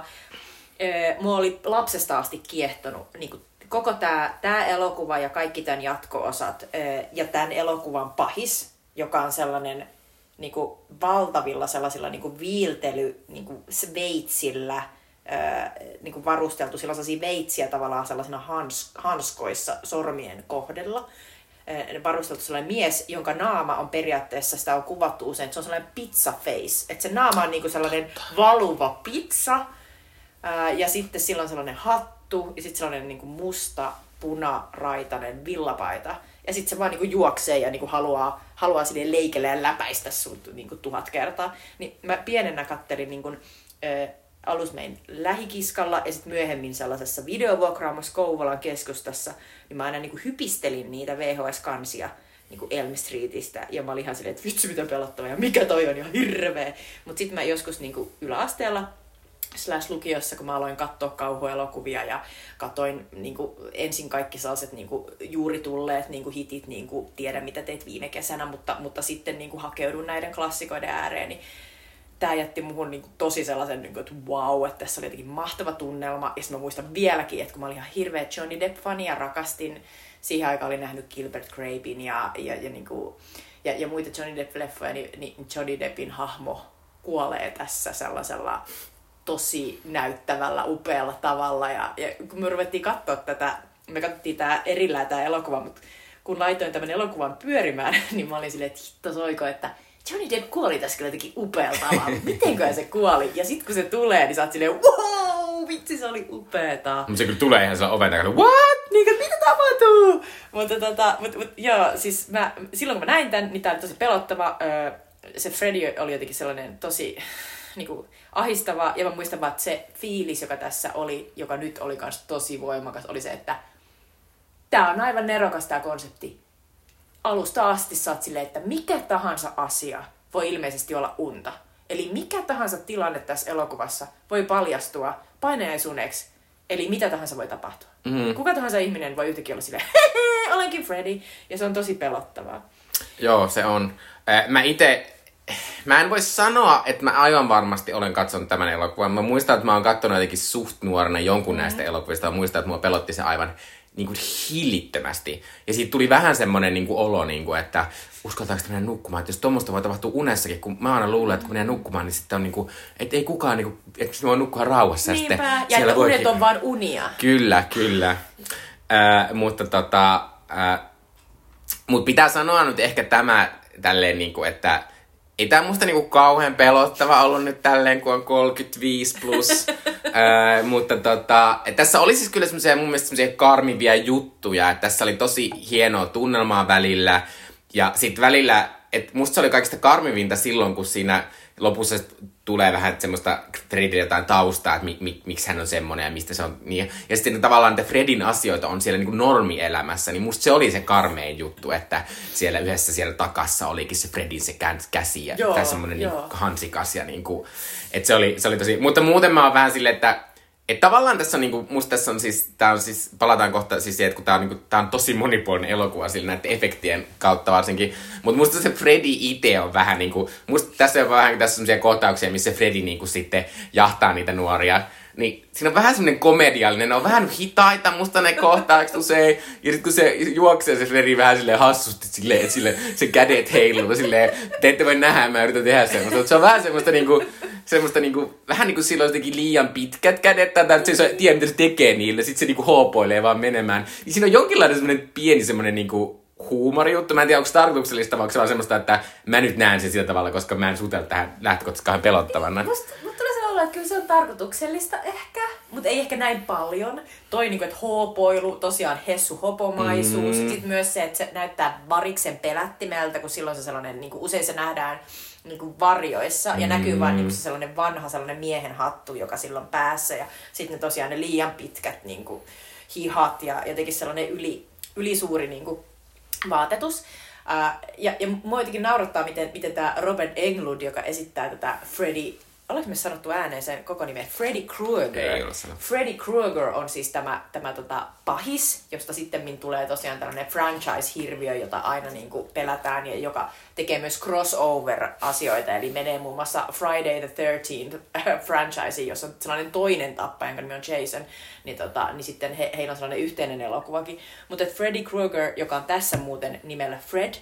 oli lapsesta asti kiehtonut niin kuin koko tää elokuva ja kaikki tämän jatko-osat ja tämän elokuvan pahis, joka on sellainen niin kuin valtavilla sellaisilla niin kuin viiltely niin kuin sveitsillä niin kuin varusteltu, sillä on sellaisia veitsiä tavallaan sellaisina hanskoissa sormien kohdalla. Varusteltu sellainen mies, jonka naama on periaatteessa, sitä on kuvattu usein, että se on sellainen pizza face. Että se naama on niinku sellainen valuva pizza, ja sitten sillä on sellainen hattu, ja sitten sellainen niinku musta, punaraitainen villapaita. Ja sitten se vaan niinku juoksee ja niinku haluaa silleen leikellä ja läpäistä sut niinku 1000 kertaa. Niin mä pienenä kattelin niinku, alussa mein lähikiskalla ja sitten myöhemmin sellaisessa videovuokraamassa Kouvolan keskustassa, niin mä aina niin kuin hypistelin niitä VHS-kansia niin kuin Elm Streetistä. Ja mä olin ihan silleen, että vitsi mitä pelottava ja mikä toi on ihan hirveä. Mutta sitten mä joskus niin kuin yläasteella /lukiossa, kun mä aloin katsoa kauhuelokuvia ja katoin niin kuin ensin kaikki sellaiset niin kuin juuri tulleet niin kuin hitit, niin kuin Tiedä mitä teit viime kesänä, mutta sitten niin kuin hakeudun näiden klassikoiden ääreen, niin tää jätti muhun niinku tosi sellaisen, niinku, että wow, että tässä oli jotenkin mahtava tunnelma. Ja sitten mä muistan vieläkin, että kun mä olin ihan hirveä Johnny Depp-fani ja rakastin, siihen aikaan olin nähnyt Gilbert Grapen ja muita Johnny Depp-leffoja, niin Johnny Deppin hahmo kuolee tässä sellaisella tosi näyttävällä, upealla tavalla. Ja kun me ruvettiin katsoa tätä, me katsottiin tää erillään tää elokuva, mutta kun laitoin tämän elokuvan pyörimään, niin mä olin silleen, että hitto soiko, että Johnny Depp kuoli tässä kyllä jotenkin upealla tavalla. Mitenköhän se kuoli? Ja sit kun se tulee, niin sä oot silleen, wow, vitsi se oli upeeta. Mutta se kyllä tulee ihan siellä oven takana, what? Niin, mitä tapahtuu? Mutta joo, siis silloin kun mä näin tän, niin tää oli tosi pelottava. Se Freddy oli jotenkin sellainen tosi niinku ahistava. Ja mä muistan vaan, että se fiilis, joka tässä oli, joka nyt oli kans tosi voimakas, oli se, että tää on aivan nerokas tää konsepti. Alusta asti sä oot silleen, että mikä tahansa asia voi ilmeisesti olla unta. Eli mikä tahansa tilanne tässä elokuvassa voi paljastua painajaisuneeksi. Eli mitä tahansa voi tapahtua. Mm-hmm. Kuka tahansa ihminen voi yhtäkkiä olla silleen, hehe, olenkin Freddy. Ja se on tosi pelottavaa. Joo, se on. Mä en voi sanoa, että mä aivan varmasti olen katsonut tämän elokuvan. Mä muistan, että mä oon katsonut jotenkin suht nuorena jonkun näistä elokuvista. Mä muistan, että mua pelotti se aivan niin kuin hillittömästi. Ja siitä tuli vähän semmonen niin kuin olo, niin kuin, että uskaltaako mennä nukkumaan. Että jos tommoista voi tapahtua unessakin, kun mä aina luulen, että kun menee nukkumaan, niin sitten on niin kuin, että ei kukaan, niin kuin, että voi nukkua rauhassa. Niinpä, ja että unet on vaan unia. Kyllä. Mutta pitää sanoa nyt ehkä tämä tälleen, niin kuin, että ei tää musta niinku kauhean pelottava ollut nyt tälleen, kun on 35 plus. Mutta tässä oli siis kyllä semmoisia mun mielestä semmoisia karmivia juttuja. Että tässä oli tosi hienoa tunnelmaa välillä. Ja sitten välillä, että musta se oli kaikista karmivinta silloin, kun siinä lopussa tulee vähän semmoista Fredille jotain taustaa, että miksi hän on semmoinen ja mistä se on niin. Ja sitten tavallaan niitä Fredin asioita on siellä niin kuin normielämässä, niin musta se oli se karmein juttu, että siellä yhdessä siellä takassa olikin se Fredin se käsi ja semmoinen niin hansikas. Ja niin kuin, että se oli tosi. Mutta muuten mä oon vähän silleen, että tavallaan tässä on niinku, musta tässä on siis, palataan kohta siis siihen, että kun tää on tosi monipuolinen elokuva sillä näiden efektien kautta varsinkin. Mutta musta se Freddy itse on vähän niinku, musta tässä on vähän tässä semmosia kohtauksia, missä Freddy niinku sitten jahtaa niitä nuoria. Niin siinä on vähän semmonen komediallinen, ne on vähän hitaita musta ne kohtaukset usein. Ja sit kun se juoksee se Freddy vähän silleen hassusti silleen, että se kädet heiluu silleen, te ette voi nähdä, mä yritän tehdä semmoista. Mutta se on vähän semmoista niinku, vähän niinku silloin jotenkin liian pitkät kädet, tai että se tiedä mitä se tekee niille, sit se niinku hoopoilee vaan menemään. Niin siinä on jonkinlainen semmonen pieni semmonen niinku huumorijuttu. Mä en tiedä, onko tarkoituksellista, vai onko se vaan semmoista, että mä nyt näen sen sillä tavalla, koska mä en sutella tähän lähtökohtaisesti kauhean pelottavana. Musta tulee se olla, että kyllä se on tarkoituksellista ehkä, mutta ei ehkä näin paljon. Toi niinku, että hoopoilu, tosiaan hessu-hopomaisuus. Sitten myös se, että se näyttää variksen pelättimeltä, kun silloin se sellainen, niinku, usein se nähdään niinku varjoissa ja näkyy vaan niinku se sellainen vanha sellainen miehen hattu, joka silloin päässä. Ja sitten tosiaan ne liian pitkät niinku, hihat ja jotenkin sellainen ylisuuri niinku, vaatetus. Ja mua jotenkin naurattaa, miten tämä Robert Englund, joka esittää tätä Freddy, oliko me sanottu ääneen sen koko nimen? Freddy Krueger. Ei ole sanottu. Freddy Krueger on siis tämä pahis, josta sitten tulee tosiaan tällainen franchise-hirviö, jota aina niin kuin pelätään ja joka tekee myös crossover-asioita. Eli menee muun muassa Friday the 13th franchise, jossa on sellainen toinen tappaja, jonka nimi on Jason. Niin sitten heillä on sellainen yhteinen elokuvakin. Mutta Freddy Krueger, joka on tässä muuten nimellä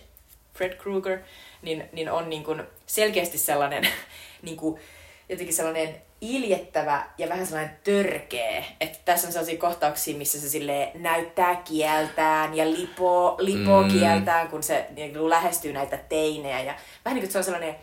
Fred Krueger, niin on niin kuin selkeästi sellainen niin kuin jotenkin sellainen iljettävä ja vähän sellainen törkeä. Että tässä on sellaisia kohtauksia, missä se silleen näyttää kieltään ja lipoo kieltään, kun se niin lähestyy näitä teinejä. Ja vähän niin kuin se on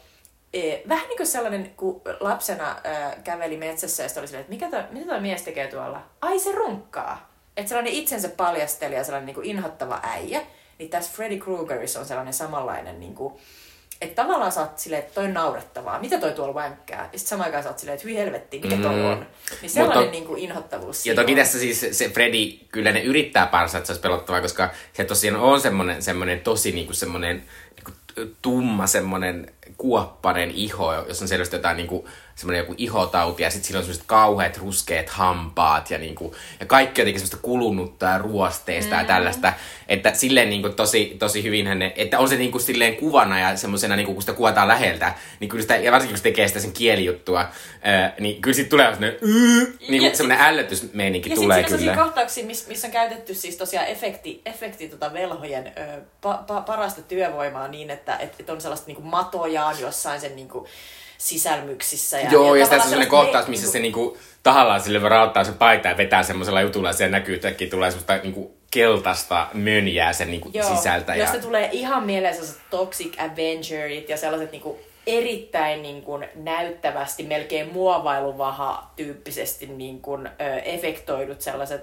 sellainen, kun lapsena käveli metsässä ja oli silleen, että mitä toi mies tekee tuolla? Ai se runkkaa. Että sellainen itsensä paljastelija, sellainen niin kuin inhottava äijä. Niin tässä Freddy Kruegerissa on sellainen samanlainen niin kuin, että tavallaan sä oot silleen, että toi on naurettavaa. Mitä toi tuolla vänkkää? Ja sitten samaan aikaan sä oot silleen, että hyi helvetti, mikä toi on? Niin sellainen niin kuin inhottavuus. Ja toki tässä siis se Freddy, kyllä ne yrittää parsa, että se olisi pelottavaa, koska se tosiaan on semmoinen tosi niin kuin semmoinen niin kuin tumma, semmoinen kuoppainen iho, jos on selvästi jotain niin kuin semmoinen joku ihotauti, ja sitten sillä on semmoiset kauheat ruskeat hampaat, ja, niinku, ja kaikki jotenkin semmoista kulunutta ja ruosteista ja tällaista, että silleen niinku tosi hyvin että on se niinku silleen kuvana ja semmoisena, niinku, kun sitä kuvataan läheltä, niin kyllä sitä, ja varsinkin kun se tekee sitä sen kielijuttua, niin kyllä siitä tulee niinku semmoinen ällötysmeininki tulee kyllä. Ja sitten siinä on kohtauksia, missä on käytetty siis tosiaan efekti velhojen parasta työvoimaa niin, että on sellaista niinku matojaan jossain sen niinku sisälmyksissä. Joo, ja tässä on sellainen kohtaus, missä se niinku tahallaan sille raottaa se paita ja vetää semmoisella jutulla, ja siellä näkyy, että tulee semmoista niinku keltaista mönjää sen niinku sisältä. Josta tulee ihan mieleen sellaiset Toxic Avengerit ja sellaiset niinku erittäin niin kuin näyttävästi, melkein muovailuvaha-tyyppisesti niin kuin, efektoidut sellaiset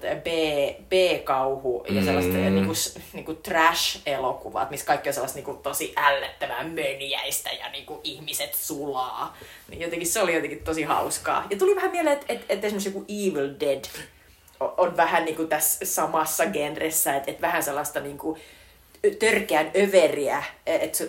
B-kauhu ja sellaiset niin kuin trash-elokuvat, missä kaikki on sellaista niin kuin tosi ällöttävää mönjäistä ja niin kuin ihmiset sulaa. Niin jotenkin se oli jotenkin tosi hauskaa. Ja tuli vähän mieleen, että esimerkiksi joku Evil Dead on vähän niin kuin tässä samassa genressä, että vähän sellaista niin kuin törkeän överiä, että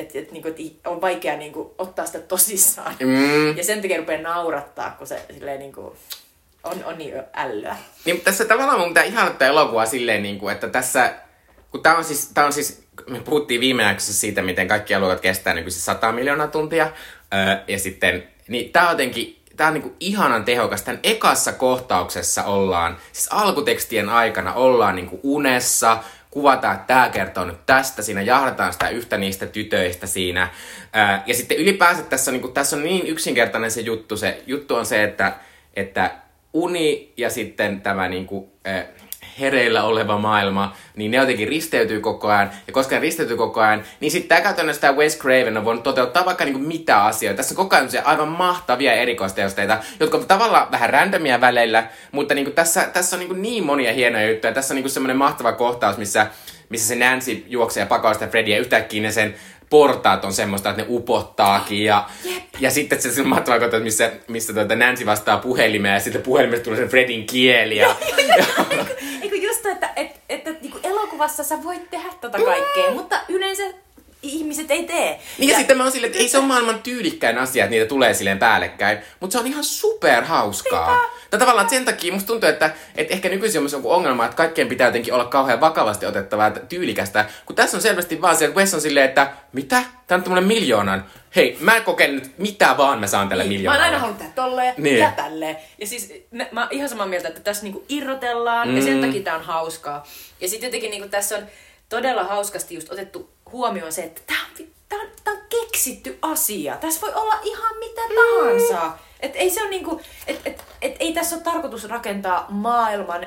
on vaikea niinku ottaa sitä tosissaan. Ja sen takia rupeaa naurattaa, kun se silleen niinku on niin älyä. Niin, tässä tavallaan mun pitää ihanottaa elokuvaa silleen, niinku, että tässä, kun tää on siis, me puhuttiin viime jaksossa siitä, miten kaikki elokuvat kestää nykyisin 100 miljoonaa tuntia, ja sitten, niin tää on niinku ihanan tehokas. Tän ekassa kohtauksessa ollaan, siis alkutekstien aikana ollaan niinku unessa, kuvataan, että tämä kertoo nyt tästä, siinä jahdataan sitä yhtä niistä tytöistä siinä. Ja sitten ylipäänsä tässä on niin yksinkertainen se juttu. Se juttu on se, että uni ja sitten tämä hereillä oleva maailma, niin ne jotenkin risteytyy koko ajan. Ja koska ne risteytyy koko ajan, niin sitten tää käytännössä tää Wes Craven on voinut toteuttaa vaikka niinku mitä asioita. Tässä on koko ajan aivan mahtavia erikoisteosteita, jotka on tavallaan vähän randomia väleillä, mutta niinku tässä on niin monia hienoja juttuja. Tässä on niinku semmoinen mahtava kohtaus, missä se Nancy juoksee ja pakoaa sitä Fredia ja yhtäkkiä ne sen portaat on semmoista, että ne upottaakin. Ja sitten se on mahtava kohtaus, missä Nancy vastaa puhelimeen ja sitten puhelimesta tulee sen Fredin kieli. Eikö just, että niinku elokuvassa sä voit tehdä tota kaikkea, mutta yleensä ihmiset ei tee. Niin ja sitten mä oon silleen, että ei se ole maailman tyylikkäin asia, että niitä tulee silleen päällekkäin, mutta se on ihan super hauskaa. Tai tavallaan sen takia musta tuntuu, että ehkä nykyisin on myös joku ongelma, että kaikkeen pitää jotenkin olla kauhean vakavasti otettavaa ja tyylikästä. Kun tässä on selvästi vaan se, että Wes on silleen, että mitä? Tää on mulle 1 000 000. Hei, mä en kokeen nyt mitä vaan mä saan tällä 1 000 000. Mä oon aina halunnut tehdä tolleen ja tälleen. Ja siis mä oon ihan samaa mieltä, että tässä niinku irrotellaan ja sen takia tää on hauskaa. Ja sit jotenkin niinku tässä on todella hauskasti just otettu huomioon se, että tää on keksitty asia. Tässä voi olla ihan mitä tahansa. Et ei se on niinku, ei tässä ole tarkoitus rakentaa maailman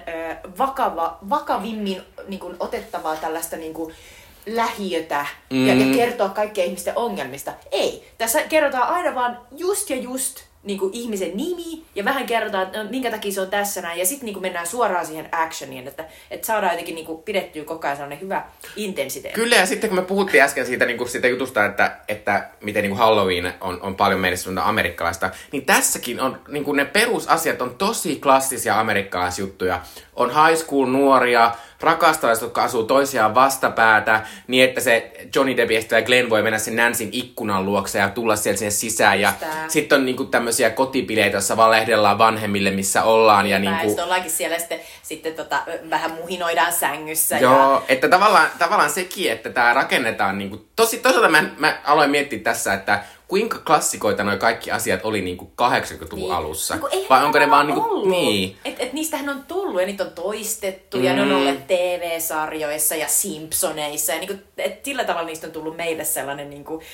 vakavimmin niinku otettavaa tällaista niinku lähiötä ja kertoa kaikkien ihmisten ongelmista. Ei. Tässä kerrotaan aina vaan just niinku ihmisen nimi ja vähän kerrotaan, että minkä takia se on tässä näin. Ja sitten niinku mennään suoraan siihen actioniin, että saadaan jotenkin niinku pidettyä koko ajan sellainen hyvä intensiteetti. Kyllä, ja sitten kun me puhuttiin äsken siitä jutusta, että miten niinku Halloween on paljon meille amerikkalaista, niin tässäkin on niinku ne perusasiat on tosi klassisia amerikkalaisjuttuja. On high school nuoria, rakastajat, jotka asuu toisiaan vastapäätä, niin että se Johnny Depp ja Glenn voi mennä sen Nancyn ikkunan luokse ja tulla sieltä sinne sisään. Ja sitten on niinku tämmöisiä kotipileitä, joissa valehdellaan vanhemmille, missä ollaan. Ja niinku sitten ollaankin siellä sitten vähän muhinoidaan sängyssä. Joo, että tavallaan sekin, että tää rakennetaan niinku toisaalta mä aloin miettiä tässä, että kuinka klassikoita noi kaikki asiat oli niinku 80-luvun alussa? Vai onko ne vaan niinku niin? Et niistähän on tullut ja niitä on toistettu ja ne on olleet TV-sarjoissa ja Simpsoneissa ja niinku, et sillä tavalla niistä on tullut meille sellainen niinku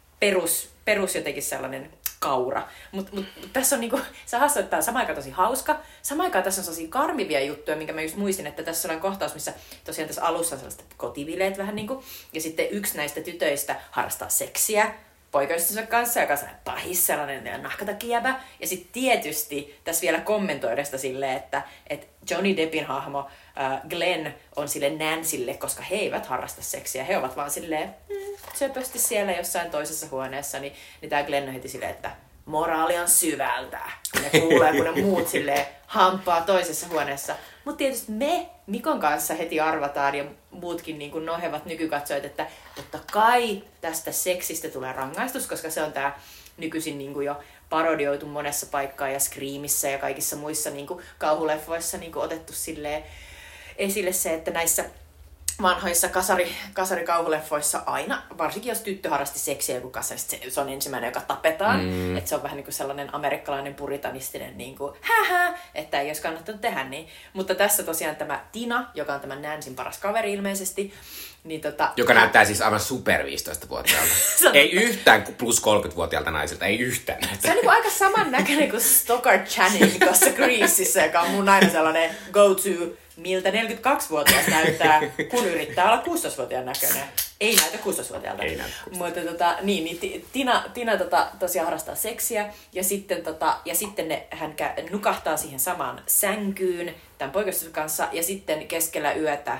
perus jotenkin sellainen kaura. Mut tässä on niinku, se on samaan aikaan tosi hauska. Samaan aikaan tässä on sellaisia karmivia juttuja, minkä mä just muistin, että tässä on sellainen kohtaus, missä tosiaan tässä alussa on sellaiset kotibileet vähän niinku. Ja sitten yksi näistä tytöistä harrastaa seksiä poikaystävänsä kanssa, joka on pahis sellainen nahkatakijäbä. Ja sitten tietysti tässä vielä kommentoida sitä silleen, että Johnny Deppin hahmo Glenn on sille Nancylle, koska he eivät harrasta seksiä. He ovat vaan silleen söpösti siellä jossain toisessa huoneessa. Niin tämä Glenn on heti silleen, että moraali on syvältä. Kun ne kuulee, kun ne muut silleen hampaa toisessa huoneessa. Mutta tietysti me Mikon kanssa heti arvataan ja muutkin niin kuin nohevat nykykatsojat, että totta kai tästä seksistä tulee rangaistus, koska se on tämä nykyisin niin kuin jo parodioitu monessa paikkaa ja Screamissä ja kaikissa muissa niin kuin kauhuleffoissa niin kuin otettu silleen esille se, että näissä vanhoissa kasarikauhuleffoissa aina, varsinkin jos tyttö harrasti seksiä joku kanssa, se on ensimmäinen, joka tapetaan. Että se on vähän niin kuin sellainen amerikkalainen puritanistinen, niin kuin, että ei olisi kannattanut tehdä niin. Mutta tässä tosiaan tämä Tina, joka on tämän Nancyn paras kaveri ilmeisesti, niin joka näyttää siis aivan super 15-vuotiaalta. Ei yhtään plus 30-vuotiaalta naiselta, ei yhtään näyttää. Se on niin aika samannäköinen kuin Stockard Channing tuossa Greasessa, joka on mun aina sellainen go-to, miltä 42-vuotias näyttää, kun yrittää olla 16-vuotiaan näköinen. Ei näytä 16-vuotiaalta. Ei näytä 16-vuotiaalta. Mutta niin Tina tosiaan harrastaa seksiä ja sitten hän nukahtaa siihen samaan sänkyyn tämän poikaystävän kanssa ja sitten keskellä yötä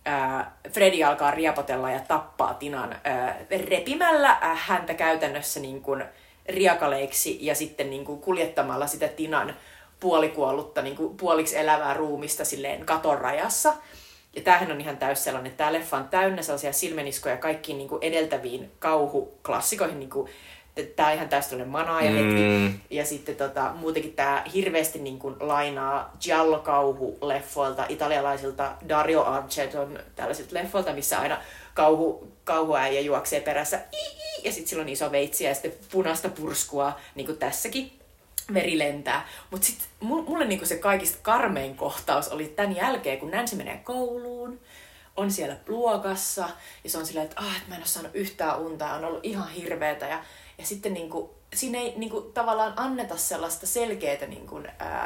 Freddy alkaa riapotella ja tappaa Tinan repimällä häntä käytännössä niin kuin riakaleiksi ja sitten niin kuin kuljettamalla sitä Tinan puolikuollutta, niin kuin puoliksi elävää ruumista silleen katon rajassa. Ja tämähän on ihan täys sellainen, että tämä leffa on täynnä sellaisia silmeniskoja kaikkiin niin kuin edeltäviin kauhuklassikoihin. Niin kuin, tämä on ihan täys sellainen manaaja-hetki. Ja sitten muutenkin tämä hirveästi niin kuin lainaa giallo-kauhuleffoilta, italialaisilta Dario Argenton tällaisilta leffoilta, missä aina kauhuäijä juoksee perässä. Ja sitten sillä on iso veitsi ja sitten punaista purskua, niin kuin tässäkin. Veri lentää. Mutta sitten mulle niinku se kaikista karmein kohtaus oli tämän jälkeen, kun Nancy menee kouluun, on siellä luokassa ja se on silleen, että mä en ole saanut yhtään unta ja on ollut ihan hirveetä. Ja sitten niinku, siinä ei niinku tavallaan anneta sellaista selkeää niinku,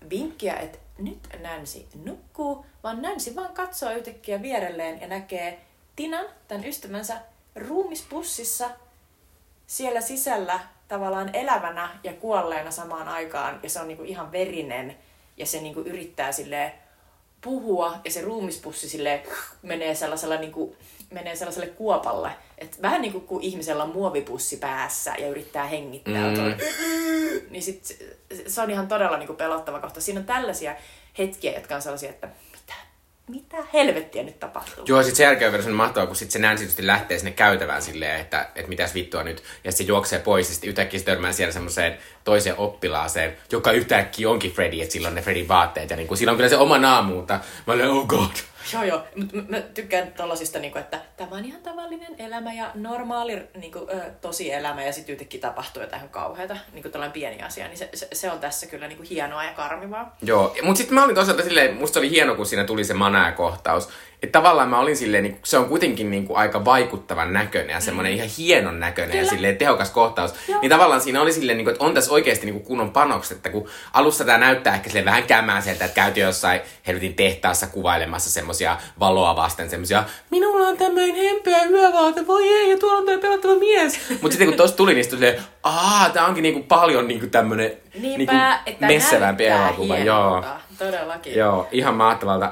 vinkkiä, että nyt Nancy nukkuu, vaan Nancy vaan katsoo yhtäkkiä vierelleen ja näkee Tinan, tämän ystävänsä, ruumispussissa siellä sisällä tavallaan elävänä ja kuolleena samaan aikaan. Ja se on niinku ihan verinen ja se niinku yrittää silleen puhua ja se ruumispussi silleen menee sellaiselle kuopalle. Et vähän niin kuin ihmisellä on muovipussi päässä ja yrittää hengittää. Niin sit se on ihan todella niinku pelottava kohta. Siinä on tällaisia hetkiä, jotka on sellaisia, että mitä helvettiä nyt tapahtuu? Joo, sit sen jälkeen on vielä mahtavaa, kun sit se Nancy lähtee sinne käytävään silleen, että mitäs vittua nyt. Ja sit se juoksee pois ja sit yhtäkkiä se törmää siellä semmoiseen toiseen oppilaaseen, joka yhtäkkiä onkin Freddy, että sillä on ne Freddyn vaatteet. Ja niinku, sillä on kyllä se oma naama, mutta mä olen, oh god. Joo, mutta mä tykkään tollasista, niinku, että tämä on ihan tavallinen elämä ja normaali niinku, tosi elämä ja sitten yhtäkkiä tapahtuu jotain kauheata, niinku tällainen pieni asia, niin se on tässä kyllä niinku hienoa ja karmivaa. Joo, mutta sitten mä olin toisaalta silleen, musta oli hieno, kun siinä tuli se Manaa-kohtaus, että tavallaan mä olin silleen, niinku, se on kuitenkin niinku aika vaikuttavan näköinen ja semmoinen ihan hienon näköinen kyllä. Ja silleen tehokas kohtaus. Joo. Niin tavallaan siinä oli silleen, niinku, että on tässä oikeasti niinku kunnon panokset, että kun alussa tää näyttää ehkä silleen vähän kämääseltä, että käytiin jossain helvetin tehtaassa kuvailemassa semmosia valoa vasten, semmosia minulla on tämmöinen hempeä yövaate, voi ei, ja tuolla on tää pelottava mies. Mut sitten kun tosta tuli, niin sitten silleen, tää onkin niinku paljon niinku tämmönen niinku messävämpi elokuva. Joo, todellakin. Joo, ihan mahtavalta.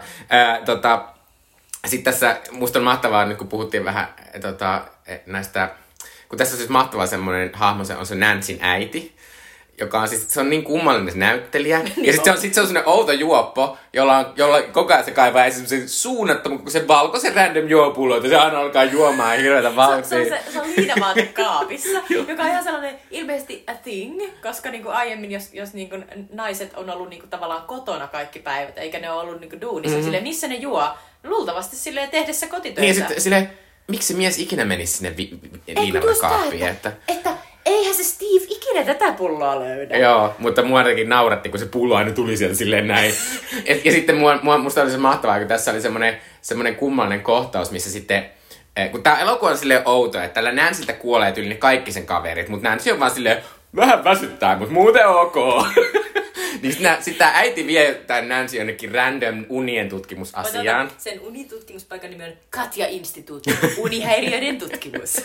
Sitten tässä musta on mahtavaa, nyt kun puhuttiin vähän näistä, kun tässä on siis mahtava semmoinen hahmo, se on se Nancyn äiti, joka on siis, se on niin kummallinen näyttelijä. Ja sitten se on semmoinen outo juoppo, jolla koko ajan se kaivaa esiin semmoisen suunnattoman, kun se valkoisen random juopullo, että se aina alkaa juomaan hirveätä vauhtia. Se on liinavaate kaapissa, joka on ihan sellainen ilmeisesti a thing, koska niinku aiemmin, jos niinku naiset on ollut niinku tavallaan kotona kaikki päivät, eikä ne ole ollut niinku duunissa, silleen, missä ne juo? Luultavasti silleen tehdessä kotitöitä. Niin ja sitten silleen, miksi mies ikinä menisi sinne liinavaate kaappiin? Että eihän se Steve ikinä tätä pulloa löydä. Joo, mutta mua jotenkin nauratti, kun se pullo aina tuli sieltä silleen näin. Ja sitten musta oli se mahtavaa, kun tässä oli semmoinen kummallinen kohtaus, missä sitten, kun tää elokuva on silleen outo, että tällä Nancyltä kuolee tyyli ne kaikki sen kaverit, mutta Nancy on vaan silleen, vähän väsyttää, mutta muuten ok. Niin sitten tää äiti vie tän Nancy jonnekin random unien tutkimusasiaan. Sen unitutkimuspaikan nimi on Katja Instituutti, unihäiriöiden tutkimus.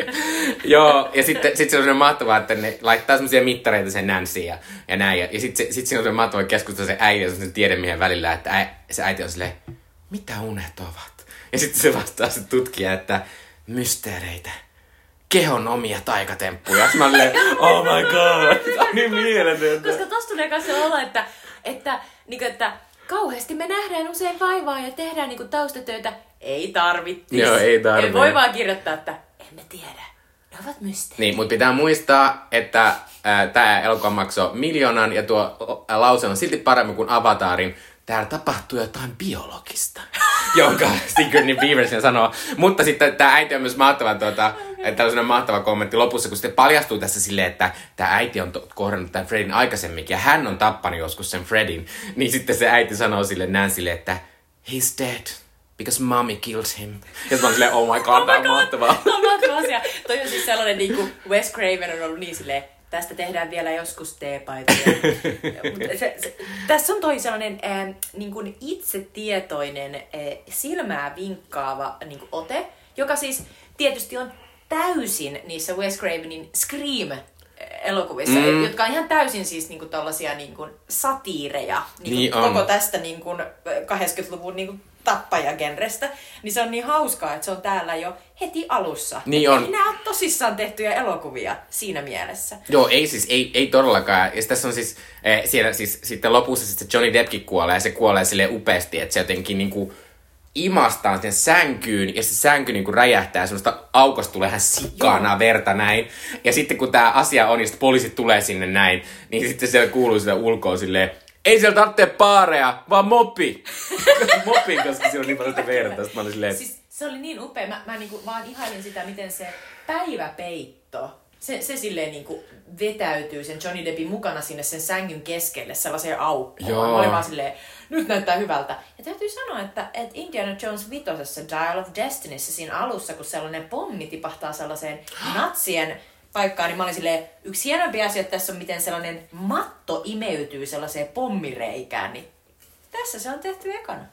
Joo, ja sitten se on sellainen mahtavaa, että ne laittaa semmosia mittareita sen Nancyin ja näin. Ja sitten siinä on sellainen mahtava keskustelu sen äiti ja sen tiedemiehen välillä, että se äiti on silleen, mitä unet ovat? Ja sitten se vastaa se tutkija, että mysteereitä. Kehon omia taikatemppuja. Mä olin, oh my god, tämä on niin mieletöntä. Koska tossa tulee kanssa se olo, että kauheasti me nähdään usein vaivaa ja tehdään niinku taustatöitä. Ei tarvittis. Joo, ei tarvitse. Ei voi vaan kirjoittaa, että emme tiedä. Ne ovat mysteerejä. Niin, mutta pitää muistaa, että tämä elokuva maksoi 1 000 000 ja tuo lause on silti paremmin kuin Avatarin. Täällä tapahtuu jotain biologista, jonka Sigourney Weaver sen sanoo. Mutta sitten tämä äiti on myös mahtava, tällainen mahtava kommentti lopussa, kun sitten paljastuu tässä silleen, että tämä äiti on kohdannut tämän Freddyn aikaisemminkin ja hän on tappanut joskus sen Freddyn. Niin sitten se äiti sanoo sille Nancylle, että he's dead because mommy killed him. Ja mä oon silleen, oh my god, tämä on mahtavaa. Tämä on mahtava asia. Toi on siis sellainen, niin kuin Wes Craven on ollut niin silleen, tästä tehdään vielä joskus teepaitoja. Tässä on toi sellainen niin kuin itsetietoinen, silmää vinkkaava niin kuin ote, joka siis tietysti on täysin niissä Wes Cravenin Scream-elokuvissa, jotka on ihan täysin siis niin kuin tollaisia niin kuin satiireja niin kuin koko tästä niin kuin 80-luvun niin kuin tappajagenrestä, niin se on niin hauskaa, että se on täällä jo heti alussa. Niin on. Nämä on tosissaan tehtyjä elokuvia siinä mielessä. Joo, ei todellakaan. Ja tässä on siis, siellä siis sitten lopussa sitten Johnny Deppkin kuolee, ja se kuolee silleen upeasti, että se jotenkin niinku imastaan sen sänkyyn, ja se sänky niinku räjähtää, ja semmoista aukosta tulee ihan sikana verta näin. Ja sitten kun tää asia on, ja sitten poliisit tulee sinne näin, niin sitten se kuuluu sitä ulkoa silleen, ei siellä tarvitse paareja, vaan mopi. Mopin, koska siellä on niin paljon verta. Mä olin silleen, siis se oli niin upea. Mä niinku vaan ihailin sitä, miten se päiväpeitto, se silleen niinku vetäytyy sen Johnny Deppin mukana sinne sen sängyn keskelle sellaiseen aukkoon. Mä olin vaan silleen, nyt näyttää hyvältä. Ja täytyy sanoa, että Indiana Jones 5. Dial of Destinyssä siinä alussa, kun sellainen pommi tipahtaa sellaiseen natsien paikkaa, niin mä olin silleen, yksi hienompi asia, että tässä on miten sellainen matto imeytyy sellaiseen pommireikään, niin tässä se on tehty ekana.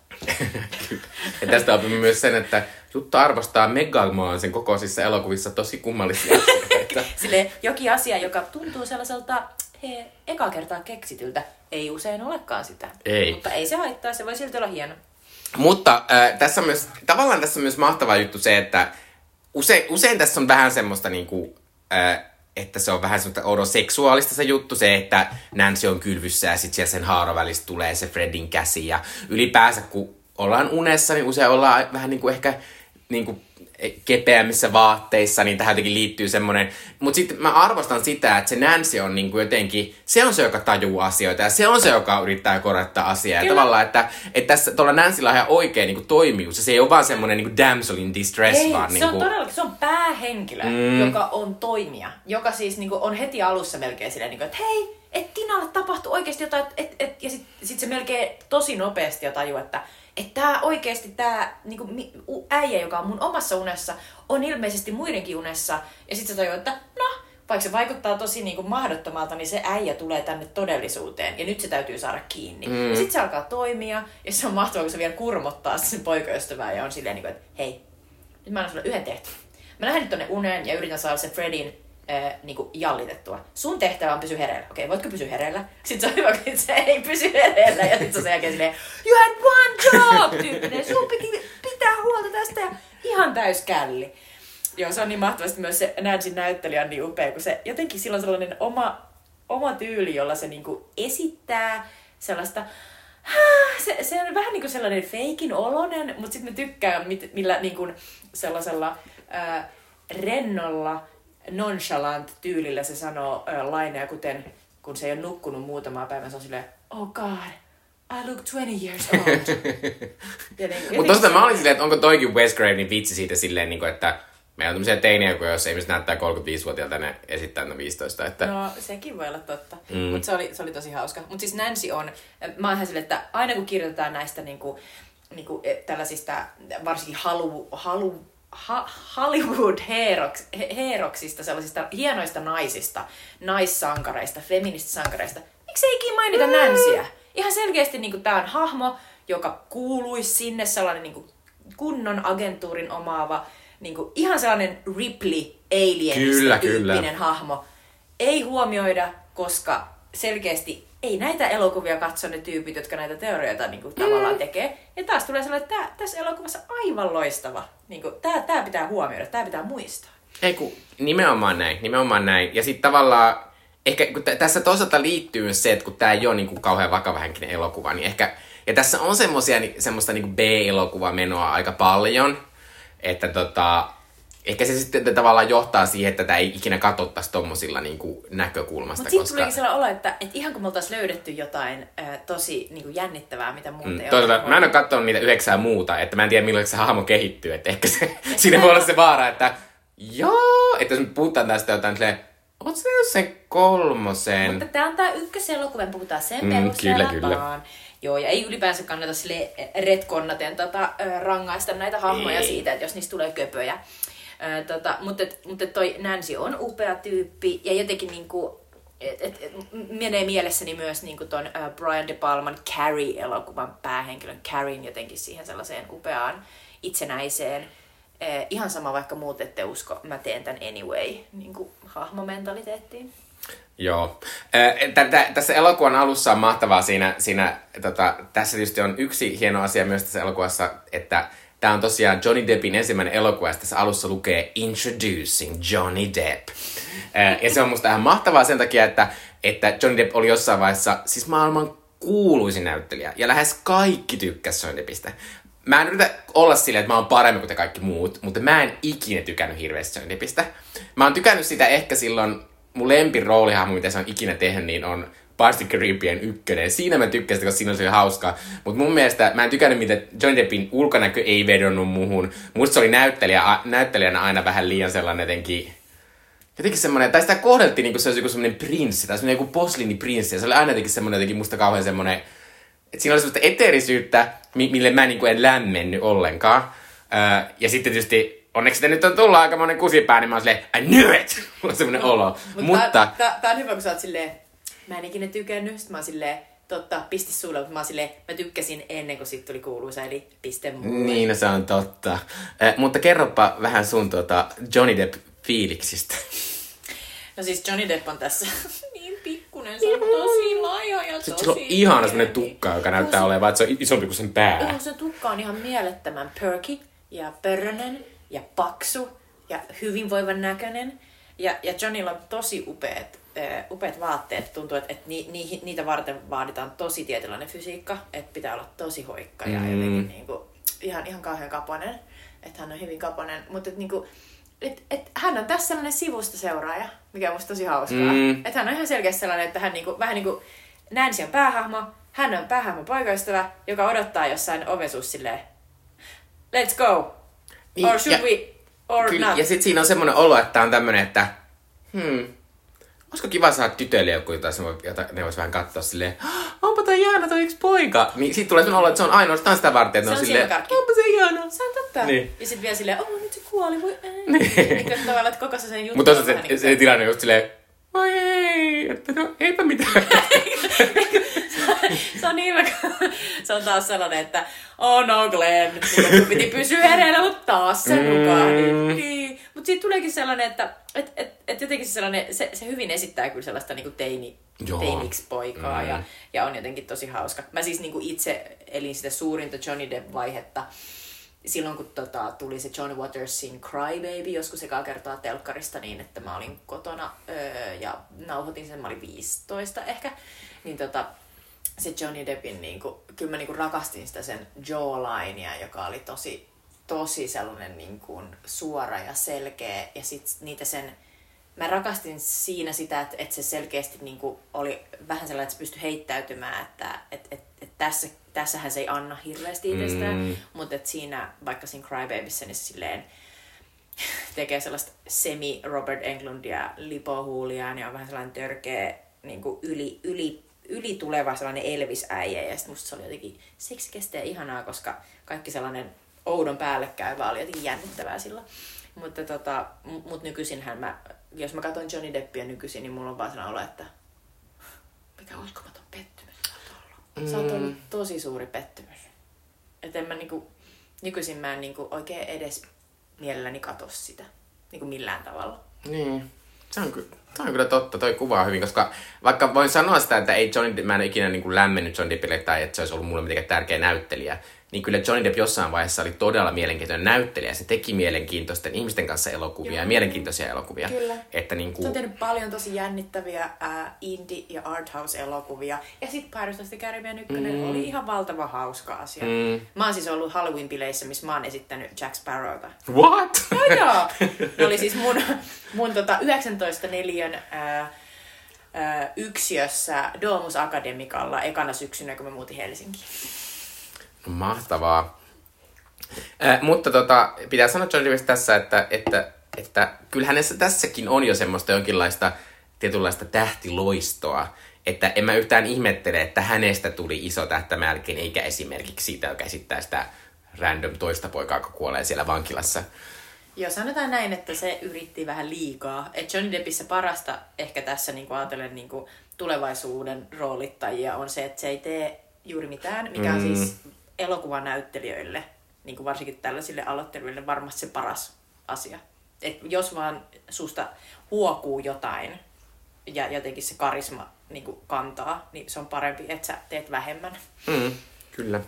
Ja tästä opimme myös sen, että Jutta arvostaa megalomaanisen kokoisissa elokuvissa tosi kummallisia asioita. Silleen jokin asia, joka tuntuu sellaiselta eka kertaa keksityltä, ei usein olekaan sitä. Ei. Mutta ei se haittaa, se voi silti olla hieno. Mutta tässä on myös, tavallaan tässä on myös mahtava juttu se, että usein tässä on vähän semmoista niinku, että se on vähän semmoista oudon seksuaalista se juttu, se, että Nancy on kylvyssä ja sitten siellä sen haaron välistä tulee se Fredin käsi. Ja ylipäänsä kun ollaan unessa, niin usein ollaan vähän niinku ehkä niinku kepeämmissä vaatteissa, niin tähän jotenkin liittyy semmoinen. Mutta sitten mä arvostan sitä, että se Nancy on niinku jotenkin, se on se, joka tajuu asioita ja se on se, joka yrittää korottaa asiaa. Ja tavallaan, että tässä tuolla Nancylla on ihan oikein niinku toimijuus ja se ei ole vaan semmoinen niinku damsel in distress. Ei, vaan se niinku on todellakin, se on päähenkilö, joka on toimija, joka siis niinku on heti alussa melkein silleen, niinku, että hei, että Tinalle tapahtuu oikeasti jotain, ja sit se melkein tosi nopeasti jo tajuu, että tää oikeesti tää niinku, äijä, joka on mun omassa unessa, on ilmeisesti muidenkin unessa. Ja sit se tajuu, että no, vaikka se vaikuttaa tosi niinku mahdottomalta, niin se äijä tulee tänne todellisuuteen. Ja nyt se täytyy saada kiinni. Ja sit se alkaa toimia, ja se on mahtavaa, kun se vielä kurmottaa sen poikaystävää ja on silleen, niinku, että hei, nyt mä annan sulle yhden tehtävän. Mä lähden nyt tonne uneen ja yritän saada se Fredin niinku jallitettua. Sun tehtävä on pysyä hereillä. Okei, voitko pysyä hereillä? Sitten se on hyvä, kun se ei pysy hereillä. Ja sitten se on sen jälkeen silleen, you had one job! Tyyppinen. Sun piti pitää huolta tästä ja ihan täys källi. Joo, se on niin mahtavasti myös se Nancy näyttelijä on niin upea, kun se jotenkin sillä on sellainen oma tyyli, jolla se niinku esittää sellaista. Se on vähän niinku sellainen feikin oloinen, mutta sitten mä tykkään millä niinku sellaisella rennolla nonchalant tyylillä se sanoo laineja, kuten kun se ei ole nukkunut muutamaa päivää, se on silleen, oh god, I look 20 years old. Mutta tosta mä olin silleen, että onko toikin Wes Cravenin vitsi siitä silleen, että meillä on tämmöisiä teinejä, kun jos ihmiset näyttää 35-vuotiaalta, ne esittää 15. Että. No, sekin voi olla totta. Mutta se oli tosi hauska. Mutta siis Nancy on, mä oon ihan silleen, että aina kun kirjoitetaan näistä niinku tällaisista varsinkin Hollywood-heeroksista, sellaisista hienoista naisista, naissankareista, feministisankareista. Miksi ei ikinä mainita Nancyä? Ihan selkeästi niinku tää on hahmo, joka kuuluisi sinne, sellainen niinku kunnon agentuurin omaava, niinku ihan sellainen Ripley Alienista-tyyppinen hahmo. Ei huomioida, koska selkeästi ei näitä elokuvia katso ne tyypit, jotka näitä teorioita niinku tavallaan tekee. Ja taas tulee sellainen, että tässä elokuvassa aivan loistava. Niinku, tää pitää huomioida, tää pitää muistaa. Ei kun, nimenomaan näin. Ja sitten tavallaan, ehkä kun tässä toisaalta liittyy myös se, että kun tää ei ole niinku kauhean vakavahenkinen elokuva, niin ehkä, ja tässä on semmoista niinku B-elokuvamenoa aika paljon, että ehkä se sitten tavallaan johtaa siihen, että tätä ei ikinä katsottaisi tommosilla niinku näkökulmasta. Mutta sitten tulikin sellainen olo, että ihan kun me oltaisiin löydetty jotain tosi niinku jännittävää, mitä muuta ei ole. Mä en ole katsonut niitä 9 muuta, että mä en tiedä milloin se hahmo kehittyy. Että ehkä siinä voi olla se vaara, että joo, että jos me puhutaan tästä jotain silleen, oot sä sen 3? Mutta tää on tää ykköselokuva, me puhutaan sen perusteella vaan. Joo, ja ei ylipäänsä kannata sille retkonnaten rangaista näitä hahmoja siitä, että jos niistä tulee köpöjä. Mutta toi Nancy on upea tyyppi ja jotenkin niinku, menee mielessäni myös niinku ton Brian De Palman Carrie-elokuvan päähenkilön Carrien jotenkin siihen sellaiseen upeaan itsenäiseen, ihan sama vaikka muut ette usko, mä teen tän anyway, niinku hahmomentaliteettiin. Joo. Tässä elokuvan alussa on mahtavaa tässä tietysti on yksi hieno asia myös tässä elokuvassa, että tämä on tosiaan Johnny Deppin ensimmäinen elokuva, ja tässä alussa lukee Introducing Johnny Depp. Ja se on musta ihan mahtavaa sen takia, että Johnny Depp oli jossain vaiheessa siis maailman kuuluisin näyttelijä, ja lähes kaikki tykkäs Johnny Deppistä. Mä en yritä olla silleen, että mä oon paremmin kuin te kaikki muut, mutta mä en ikinä tykännyt hirveästi Johnny Deppistä. Mä oon tykännyt sitä ehkä silloin, mun lempiroolihahmo, mitä se on ikinä tehnyt, niin on Pirates of the Caribbean 1. Siinä mä tykkäsin, koska siinä oli hauskaa. Mutta mun mielestä mä en tykännyt, mitä Johnny Deppin ulkonäkö ei vedonnut muhun. Musta se oli näyttelijänä aina vähän liian sellainen jotenkin semmoinen, tai sitä kohdeltiin niin kuin se olisi joku semmoinen prinssi, tai semmoinen joku posliiniprinssi. Ja se oli aina jotenkin semmoinen, jotenkin musta kauhean semmoinen, että siinä oli semmoista eteerisyyttä, mille mä niin kuin en lämmennyt ollenkaan. Ja sitten tietysti onneksi nyt on tullut aika monen kusipää, niin mä oon silleen, I knew it! Mulla on semmonen olo. Mutta tää on hyvä, kun sä oot silleen, mä en ikinä tykännyt. Sitten mä oon silleen, totta, piste sulle, mutta mä oon silleen, mä tykkäsin ennen kuin sit tuli kuuluisa, eli piste mulle. Niin, no se on totta. Mutta kerropa vähän sun Johnny Depp-fiiliksistä. No siis Johnny Depp on tässä niin pikkunen, se on tosi laiha ja tosi... Sillä on ihana semmonen tukka, joka näyttää olevan, että se on isompi kuin sen pää. Se tukka on ihan mielettömän perky ja pörrönen ja paksu ja hyvinvoivan näköinen. Ja Johnnylla on tosi upeat vaatteet. Tuntuu, että niitä varten vaaditaan tosi tietynlainen fysiikka. Että pitää olla tosi hoikka ja jotenkin niinku, ihan kauhean kaponen. Että hän on hyvin kaponen. Mutta niinku, hän on tässä sellainen sivusta seuraaja, mikä on musta tosi hauskaa. Että hän on ihan selkeästi sellainen, että hän niinku, vähän niin kuin Nancy on päähahmo. Hän on päähahmon poikaystävä, joka odottaa jossain ovensuussa silleen, let's go! Niin, or should we? Or kyllä, not? ja sit siinä on semmonen olo, että on tämmönen, että olisiko kiva saada tytöille joku, jota ne vois vähän katsoa silleen, onpa toi ihana toi yksi poika. Niin sit tulee semmonen olo, että se on ainoastaan sitä varten, että se on silleen, onpa se ihana. Se on totta. Niin. Ja sit vielä silleen, nyt se kuoli, voi ei. Niin. Niin tavallaan, että koko sen juttu. Mutta se tilanne just silleen, oi ei, että no eipä mitään. Se on niin hyvä, se on taas sellainen, että oh no Glenn, niin piti pysyä hereillä, mutta taas se nukahdin. Niin. Mutta siitä tuleekin sellainen, että jotenkin sellainen, se hyvin esittää kyllä sellaista niinku teiniksi poikaa ja on jotenkin tosi hauska. Mä siis niinku itse elin sitä suurinta Johnny Depp-vaihetta silloin, kun tuli se John Watersin Cry Baby, joskus ekaa kertaa telkkarista niin, että mä olin kotona ja nauhoitin sen, mä olin 15 ehkä, niin se Johnny Deppin, niinku, kyllä mä niinku rakastin sitä sen jawlinea, joka oli tosi sellainen niinku suora ja selkeä. Ja sit niitä mä rakastin siinä sitä, että se selkeästi niinku oli vähän sellainen, että se pystyi heittäytymään, että tässähän se ei anna hirveästi itsestään. Mutta siinä, vaikka siinä Cry Babyssä, niin se silleen tekee sellaista semi-Robert Englundia lipohuuliaan ja on vähän sellainen törkeä niinku yli tuleva sellainen Elvis-äijä, ja sitten musta se oli jotenkin seksikästä ja ihanaa, koska kaikki sellainen oudon päällekkäyvä oli jotenkin jännittävää silloin. Mutta mut nykyisinhän jos mä katson Johnny Deppia nykyisin, niin mulla on vaan sellainen olo, että mikä uskomaton pettymys sä oot ollut. Sä oot ollut tosi suuri pettymys. Että nykyisin mä en oikein edes mielelläni katso sitä millään tavalla. Niin. Se on kyllä totta, toi kuvaa hyvin, koska vaikka voin sanoa sitä, että mä en ole ikinä lämmennyt Johnny Deppille tai että se olisi ollut mulle mitenkään tärkeä näyttelijä, niin kyllä Johnny Depp jossain vaiheessa oli todella mielenkiintoinen näyttelijä. Se teki mielenkiintoisten ihmisten kanssa elokuvia ja mielenkiintoisia elokuvia. Kyllä. Että se on tehnyt paljon tosi jännittäviä indie- ja arthouse-elokuvia. Ja sitten Pirates of the Caribbean 1 oli ihan valtava hauska asia. Mä oon siis ollut Halloween-bileissä, missä mä oon esittänyt Jack Sparrowta. What? Joo. Ne oli siis mun 19 neliön yksiössä Domus Academicalla ekana syksynä, kun mä muutin Helsinkiin. No, mahtavaa. Mutta pitää sanoa Johnny Deppistä tässä, että kyllä hänessä tässäkin on jo semmoista jonkinlaista tietynlaista tähtiloistoa. Että en mä yhtään ihmettele, että hänestä tuli iso tähtämälkeen, eikä esimerkiksi siitä, joka esittää sitä random toista poikaa, joka kuolee siellä vankilassa. Joo, sanotaan näin, että se yritti vähän liikaa. Et Johnny Deppissä parasta ehkä tässä ajatellen tulevaisuuden roolittajia on se, että se ei tee juuri mitään, mikä on siis elokuvanäyttelijöille, varsinkin tällaisille aloittelijoille, varmasti se paras asia. Et jos vaan susta huokuu jotain ja jotenkin se karisma kantaa, niin se on parempi, että sä teet vähemmän. Kyllä.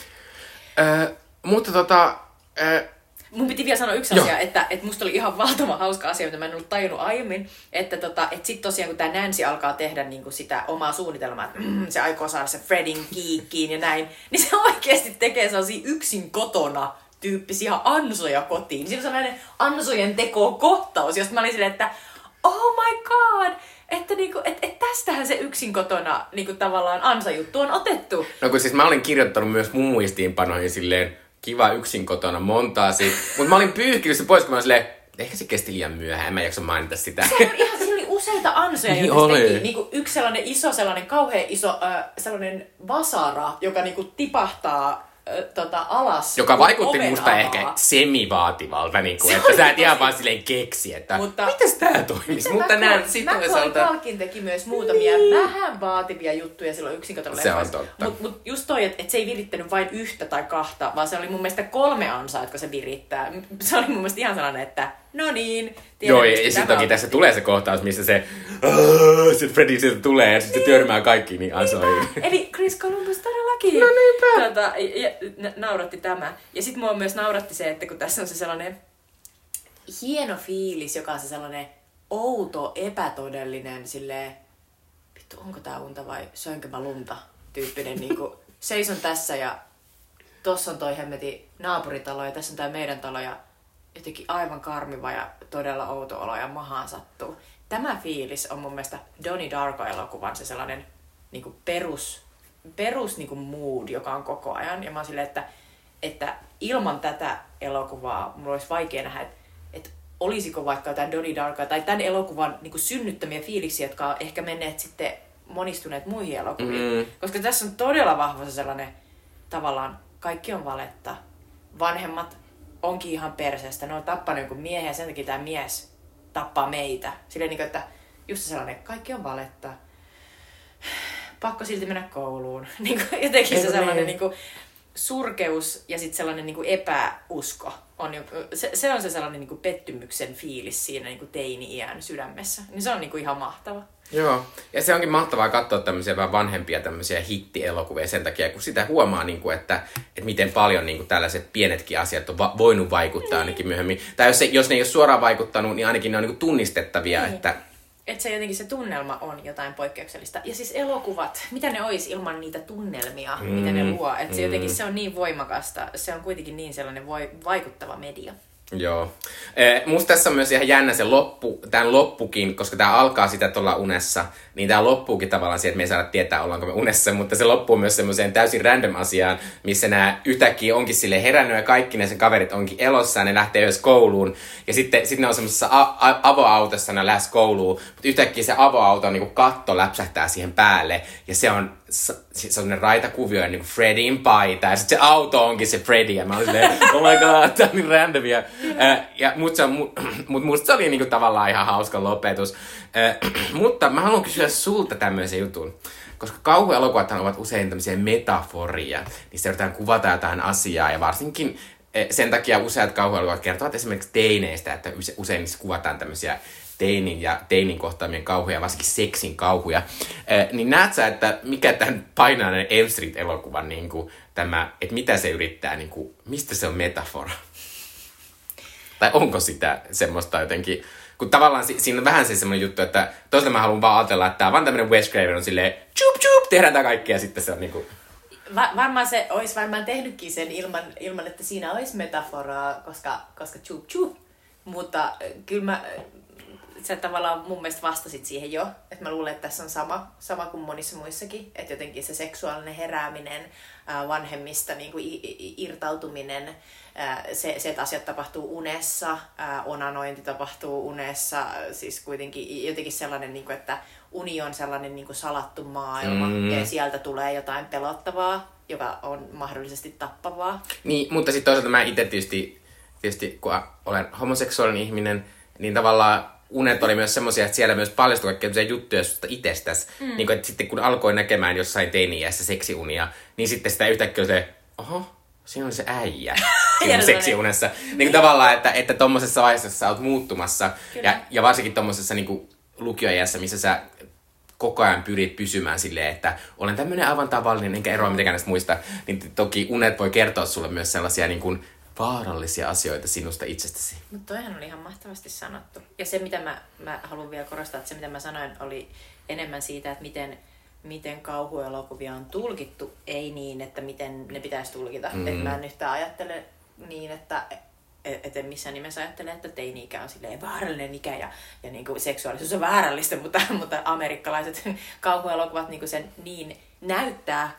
Mutta mun piti vielä sanoa yksi asia, että musta oli ihan valtava hauska asia, mitä mä en ollut tajunnut aiemmin, että sit tosiaan kun tää Nancy alkaa tehdä sitä omaa suunnitelmaa, että se aikoo saada se Fredin kiikkiin ja näin, niin se oikeasti tekee sellaisia yksin kotona tyyppisiä ansoja kotiin. Siinä on sellainen ansojen teko-kohtaus, josta mä olin silleen, että oh my god, että tästähän se yksin kotona tavallaan ansajuttu on otettu. No kun siis mä olin kirjoittanut myös mun muistiinpanoihin silleen, kiva yksin kotona montaasi. Mutta mä olin pyyhkinyt se pois, kun mä olin silleen, ehkä se kesti liian myöhään, en mä jaksa mainita sitä. Se on ihan, siinä oli useita ansoja, niin joita se teki. Yksi sellainen kauhean iso sellainen vasara, joka tipahtaa alas. Joka vaikutti musta ehkä semivaativalta, niin kuin, että sä et ihan vaan silleen keksi, että mitäs tää toimisi. Mutta näin sit toisaalta... Kalkin teki myös muutamia vähän vaativia juttuja silloin yksinkertaisesti. Se on totta. Mut just toi, että se ei virittänyt vain yhtä tai kahta, vaan se oli mun mielestä 3 ansaa, jotka se virittää. Se oli mun mielestä ihan sellainen, että no niin. Joo, ja sitten toki tässä tulee se kohtaus, missä se Freddy sieltä tulee ja sitten se törmää kaikkiin niin ansoihin. Eli Chris Columbus todellakin. No niinpä. Nauratti tämä. Ja sitten mua myös nauratti se, että kun tässä on se sellainen hieno fiilis, joka on se sellainen outo, epätodellinen, silleen, vittu, onko tää unta vai söinkö mä lunta tyyppinen, niinku, seison tässä ja tossa on toi hemmetin naapuritalo ja tässä on tää meidän talo ja jotenkin aivan karmiva ja todella outo olo ja mahaan sattuu. Tämä fiilis on mun mielestä Donnie Darko-elokuvan se sellainen niinku perus niinku mood, joka on koko ajan. Ja mä oon silleen, että ilman tätä elokuvaa mulla olisi vaikea nähdä, että olisiko vaikka jotain Donnie Darkoa tai tämän elokuvan niinku synnyttämiä fiiliksiä, jotka on ehkä menneet sitten monistuneet muihin elokuviin. Koska tässä on todella vahva se sellainen tavallaan kaikki on valetta. Vanhemmat onkin ihan perseestä. Ne on tappanut jonkun miehen ja sen takia tämä mies tappaa meitä. Silleen niin, että just sellainen, kaikki on valetta. Pakko silti mennä kouluun. Niin jotenkin se sellainen niin kuin surkeus ja sitten sellainen niin kuin epäusko. Se on se sellainen niin kuin pettymyksen fiilis siinä niin kuin teini-iän sydämessä. Niin se on niin kuin ihan mahtava. Joo, ja se onkin mahtavaa katsoa tämmöisiä vähän vanhempia tämmöisiä hittielokuvia sen takia, kun sitä huomaa, niin kuin, että miten paljon niin kuin tällaiset pienetkin asiat on voinut vaikuttaa ainakin myöhemmin. Tai jos ne ei ole suoraan vaikuttanut, niin ainakin ne on niin kuin tunnistettavia. Niin. Että se jotenkin se tunnelma on jotain poikkeuksellista. Ja siis elokuvat, mitä ne olisi ilman niitä tunnelmia, mitä ne luo. Että se jotenkin se on niin voimakasta, se on kuitenkin niin sellainen vaikuttava media. Joo. Musta tässä on myös ihan jännä se tämän loppukin, koska tämä alkaa sitä, että ollaan unessa, niin tämä loppuukin tavallaan siihen, että me ei saada tietää, ollaanko me unessa, mutta se loppuu myös semmoiseen täysin random asiaan, missä nämä yhtäkkiä onkin sille herännyt ja kaikki ne sen kaverit onkin elossa ja ne lähtee yhdessä kouluun. Ja sitten ne on semmoisessa avoautossa, ne lähes kouluun, mutta yhtäkkiä se avoauton niin katto läpsähtää siihen päälle ja se on sellainen raitakuvio ja niin kuin Freddyn paita ja sitten se auto onkin se Freddy ja mä olin silleen, oh my god, tää on niin randomia. Musta se oli niinku tavallaan ihan hauska lopetus. Mutta mä haluan kysyä sulta tämmöisen jutun. Koska kauhuelokuvathan ovat usein tämmöisiä metaforia. Niissä yritetään kuvata jotain asiaa ja varsinkin sen takia useat kauhuelokuvat kertovat esimerkiksi teineistä, että usein niissä kuvataan tämmöisiä teinin kohtaamien kauhuja, varsinkin seksin kauhuja. Niin näet sä, että mikä tämän painainen Elm Street-elokuvan, niinku, että mitä se yrittää, niinku, mistä se on metafora? Tai onko sitä semmoista jotenkin, kun tavallaan siinä on vähän se semmoinen juttu, että toisaalta mä haluan vaan ajatella, että tää on vaan tämmönen Wes Craven on silleen, chup, tehdään tää kaikkea ja sitten se on niinku... Varmaan se olisi varmaan tehnytkin sen ilman että siinä olisi metaforaa, koska chup, mutta kyllä sä tavallaan mun mielestä vastasit siihen jo, että mä luulen, että tässä on sama kuin monissa muissakin, että jotenkin se seksuaalinen herääminen, vanhemmista niin kuin irtautuminen, se, että asiat tapahtuu unessa, onanointi tapahtuu unessa, siis kuitenkin jotenkin sellainen, niin kuin, että uni on sellainen niin kuin salattu maailma ja sieltä tulee jotain pelottavaa, joka on mahdollisesti tappavaa. Niin, mutta sitten toisaalta mä itse tietysti kun olen homoseksuaalinen ihminen, niin tavallaan unet oli myös semmoisia, että siellä myös paljastui kaikkea juttuja susta itsestäsi. Niin kuin, että sitten kun alkoi näkemään jossain teini-iässä seksiunia, niin sitten sitä yhtäkkiä oli se, oho, siinä on se äijä siinä seksiunessa. Niin kuin tavallaan, että tommosessa vaiheessa sä oot muuttumassa. Ja varsinkin tommosessa niin kuin lukioiässä, missä sä koko ajan pyrit pysymään silleen, että olen tämmöinen aivan tavallinen, enkä eroa mitenkään näistä muista. Niin toki unet voi kertoa sulle myös sellaisia niin kuin vaarallisia asioita sinusta itsestäsi. Mutta toihan oli ihan mahtavasti sanottu. Ja se, mitä mä haluan vielä korostaa, että se, mitä mä sanoin, oli enemmän siitä, että miten kauhuelokuvia on tulkittu, ei niin, että miten ne pitäisi tulkita. Että mä en yhtään ajattele niin, että en missään nimessä ajattele, että teini-ikä on silleen vaarallinen ikä ja niin kuin seksuaalisuus on vaarallista, mutta amerikkalaiset kauhuelokuvat niin kuin sen niin näyttää,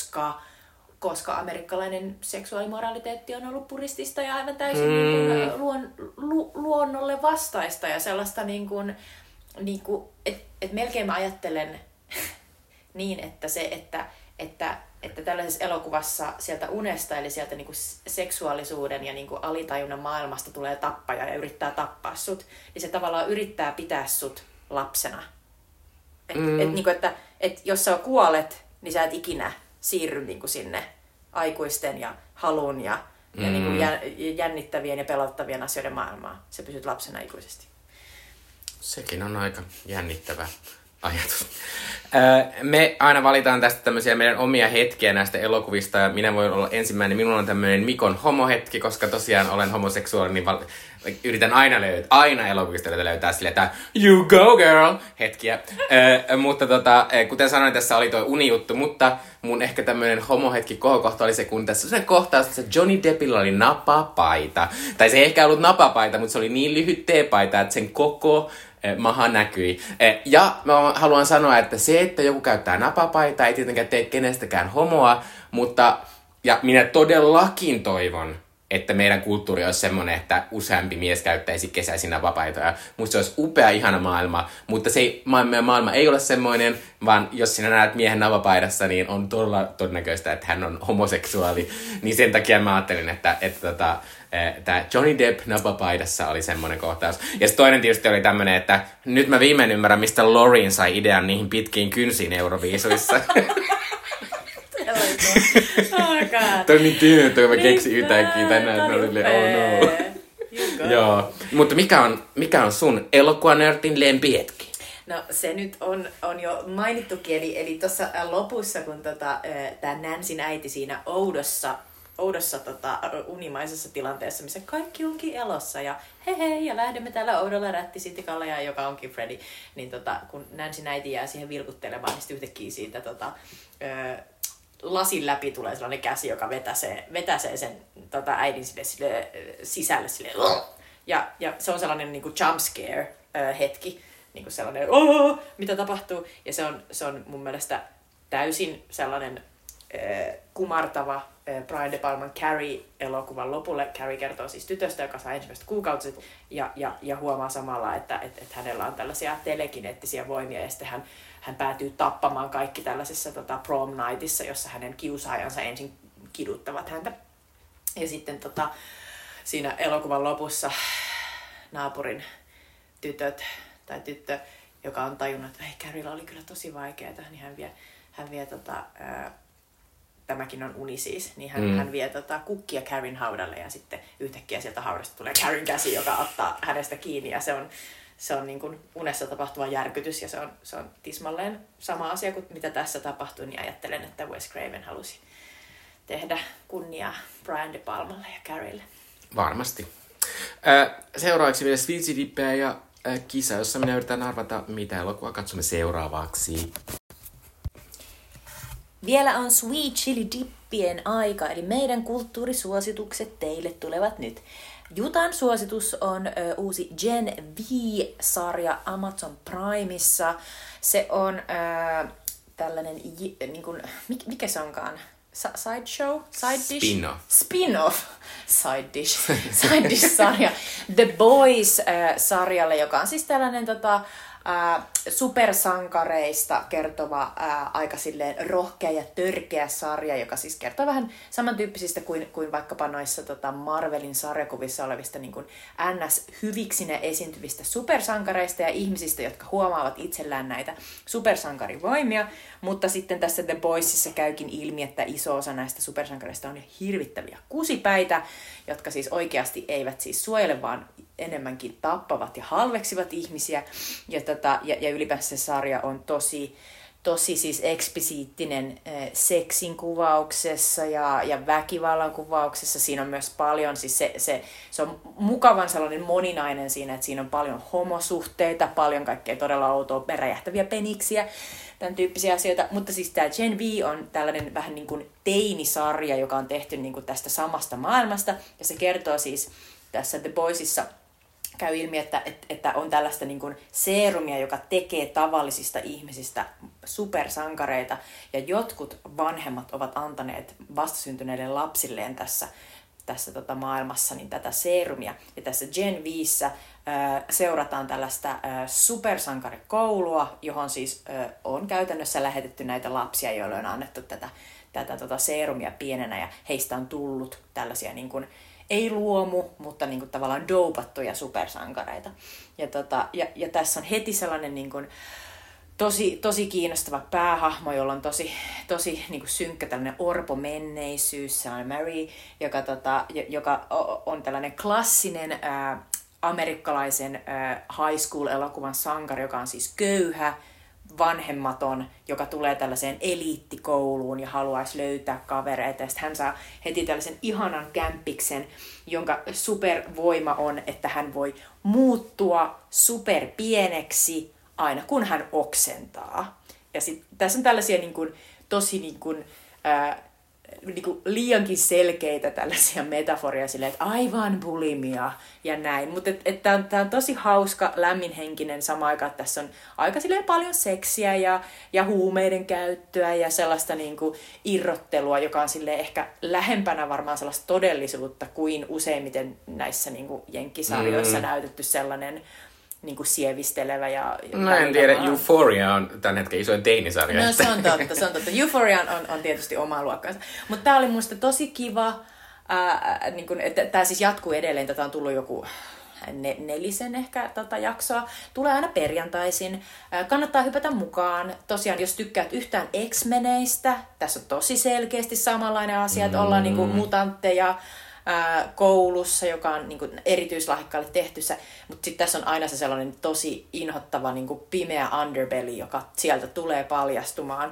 koska amerikkalainen seksuaalimoraliteetti on ollut puristista ja aivan täysin niin kuin luonnolle vastaista ja sellaista, niin kuin, että melkein mä ajattelen niin, että se, että että tällaisessa elokuvassa sieltä unesta, eli sieltä niinku seksuaalisuuden ja niinku alitajunnan maailmasta tulee tappaja ja yrittää tappaa sut, niin se tavallaan yrittää pitää sut lapsena. Niinku, että jos sä kuolet, niin sä et ikinä siirry niinku sinne aikuisten ja halun ja niinku jännittävien ja pelottavien asioiden maailmaan. Sä pysyt lapsena ikuisesti. Sekin on aika jännittävä ajatus. Me aina valitaan tästä tämmöisiä meidän omia hetkiä näistä elokuvista, ja minä voin olla ensimmäinen. Minulla on tämmöinen Mikon homohetki, koska tosiaan olen homoseksuaalinen, niin yritän aina elokuvista löytää sille, että you go girl hetkiä. Mutta kuten sanoin, tässä oli tuo unijuttu, mutta mun ehkä tämmöinen homohetki kohokohta oli se, kun tässä se kohtaus, että Johnny Deppillä oli napapaita. Tai se ei ehkä ollut napapaita, mutta se oli niin lyhyt teepaita, että sen koko maha näkyi. Ja mä haluan sanoa, että se, että joku käyttää napapaita, ei tietenkään tee kenestäkään homoa, mutta ja minä todellakin toivon, että meidän kulttuuri olisi semmoinen, että useampi mies käyttäisi kesäisin napapaitoja. Musta se olisi upea, ihana maailma, mutta meidän maailma ei ole semmoinen, vaan jos sinä näet miehen napapaidassa, niin on todella todennäköistä, että hän on homoseksuaali. Niin sen takia mä ajattelin, että tämä Johnny Depp napapaidassa oli semmoinen kohtaus. Ja se toinen tietysti oli tämmöinen, että nyt mä viimein ymmärrän, mistä Loreen sai idean niihin pitkiin kynsiin Euroviisuissa. Toi on niin tyhjä, että mä keksin yhtäkkiä tänään, että mä olin oh no. Joo, mutta mikä on sun elokuvanörtin lempihetki? No se nyt on jo mainittukin, eli tuossa lopussa, kun tää Nancyn äiti siinä oudossa unimaisessa tilanteessa, missä kaikki onkin elossa ja hei, ja lähdemme täällä oudolla rättisitikalla, ja joka onkin Freddy, niin kun Nancyn äiti jää siihen vilkuttelemaan, niin sitten yhtäkkiä siitä lasin läpi tulee sellainen käsi, joka vetäsee sen äidin sille sisälle ja se on sellainen niinku jump scare hetki, niinku sellainen mitä tapahtuu, ja se on mun mielestä täysin sellainen kumartava Brian De Palman Carrie-elokuvan lopulle. Carrie kertoo siis tytöstä, joka saa ensimmäiset kuukautiset ja huomaa samalla, että hänellä on tällaisia telekineettisiä voimia, ja sitten hän päätyy tappamaan kaikki tällaisessa prom nightissa, jossa hänen kiusaajansa ensin kiduttavat häntä. Ja sitten siinä elokuvan lopussa naapurin tyttö, joka on tajunnut, että Carriella oli kyllä tosi vaikeaa, niin hän vie tämäkin on uni siis, niin hän vie kukkia Carrien haudalle, ja sitten yhtäkkiä sieltä haudasta tulee Carrien käsi, joka ottaa hänestä kiinni, ja se on niin kuin unessa tapahtuva järkytys, ja se on tismalleen sama asia kuin mitä tässä tapahtui, niin ajattelen, että Wes Craven halusi tehdä kunniaa Brian De Palmalle ja Carrielle. Varmasti. Seuraavaksi vielä Sweet Chili Dippeä ja kisa, jossa minä yritän arvata, mitä elokuvaa katsomme seuraavaksi. Vielä on Sweet Chili Dippien aika, eli meidän kulttuurisuositukset teille tulevat nyt. Jutan suositus on uusi Gen V-sarja Amazon Primeissa. Se on tällainen, niin kuin, mikä se onkaan? Side show? Side dish? Spin-off. Side dish-sarja. The Boys-sarjalle, joka on siis tällainen supersankareista kertova aika silleen rohkea ja törkeä sarja, joka siis kertoo vähän samantyyppisistä kuin vaikkapa noissa Marvelin sarjakuvissa olevista niin kuin NS-hyviksinä esiintyvistä supersankareista ja ihmisistä, jotka huomaavat itsellään näitä supersankarivoimia, mutta sitten tässä The Boysissa käykin ilmi, että iso osa näistä supersankareista on hirvittäviä kusipäitä, jotka siis oikeasti eivät siis suojele, vaan enemmänkin tappavat ja halveksivat ihmisiä. Ja ylipäänsä se sarja on tosi siis eksplisiittinen seksin kuvauksessa ja väkivallan kuvauksessa. Siinä on myös paljon, siis se on mukavan sellainen moninainen siinä, että siinä on paljon homosuhteita, paljon kaikkea todella outoa räjähtäviä peniksiä, tämän tyyppisiä asioita. Mutta siis tämä Gen V on tällainen vähän niin kuin teinisarja, joka on tehty niin kuin tästä samasta maailmasta. Ja se kertoo siis tässä The Boysissa, käy ilmi, että on tällaista niin kuin seerumia, joka tekee tavallisista ihmisistä supersankareita, ja jotkut vanhemmat ovat antaneet vastasyntyneille lapsilleen tässä maailmassa niin tätä seerumia. Ja tässä Gen Vissä seurataan tällaista supersankarikoulua, johon siis on käytännössä lähetetty näitä lapsia, joille on annettu tätä seerumia pienenä ja heistä on tullut tällaisia niin kuin, ei luomu, mutta niin kuin tavallaan doupattuja supersankareita. Ja tässä on heti sellainen niin kuin, tosi kiinnostava päähahmo, jolla on tosi niin kuin synkkä tällainen orpo-menneisyys. Se on Mary, joka on tällainen klassinen amerikkalaisen high school-elokuvan sankari, joka on siis köyhä, vanhemmaton, joka tulee tällaiseen eliittikouluun ja haluaisi löytää kavereita. Ja sitten hän saa heti tällaisen ihanan kämppiksen, jonka supervoima on, että hän voi muuttua superpieneksi aina kun hän oksentaa. Ja sitten tässä on tällaisia niin kuin, tosi niin kuin liiankin selkeitä tällaisia metaforia silleen, että aivan bulimia ja näin. Mutta tämä on tosi hauska, lämminhenkinen samaan aikaan, että tässä on aika paljon seksiä ja huumeiden käyttöä ja sellaista niin kuin irrottelua, joka on silleen ehkä lähempänä varmaan sellaista todellisuutta kuin useimmiten näissä niin kuin jenkkisarjoissa näytetty sellainen niin kuin sievistelevä. No en tiedä, Euphoria on tämän hetken isoin teinisarja. No se on totta. Euphoria on tietysti oma luokkansa. Mutta tämä oli minusta tosi kiva. Niin kun, että tämä siis jatkuu edelleen. Tätä on tullut joku 4 ehkä jaksoa. Tulee aina perjantaisin. Kannattaa hypätä mukaan. Tosiaan, jos tykkäät yhtään X-meneistä, tässä on tosi selkeästi samanlainen asia, että ollaan niin kuin mutantteja koulussa, joka on niin kuin erityislahjakkaalle tehtyssä, mutta sitten tässä on aina se sellainen tosi inhottava niin kuin pimeä underbelly, joka sieltä tulee paljastumaan.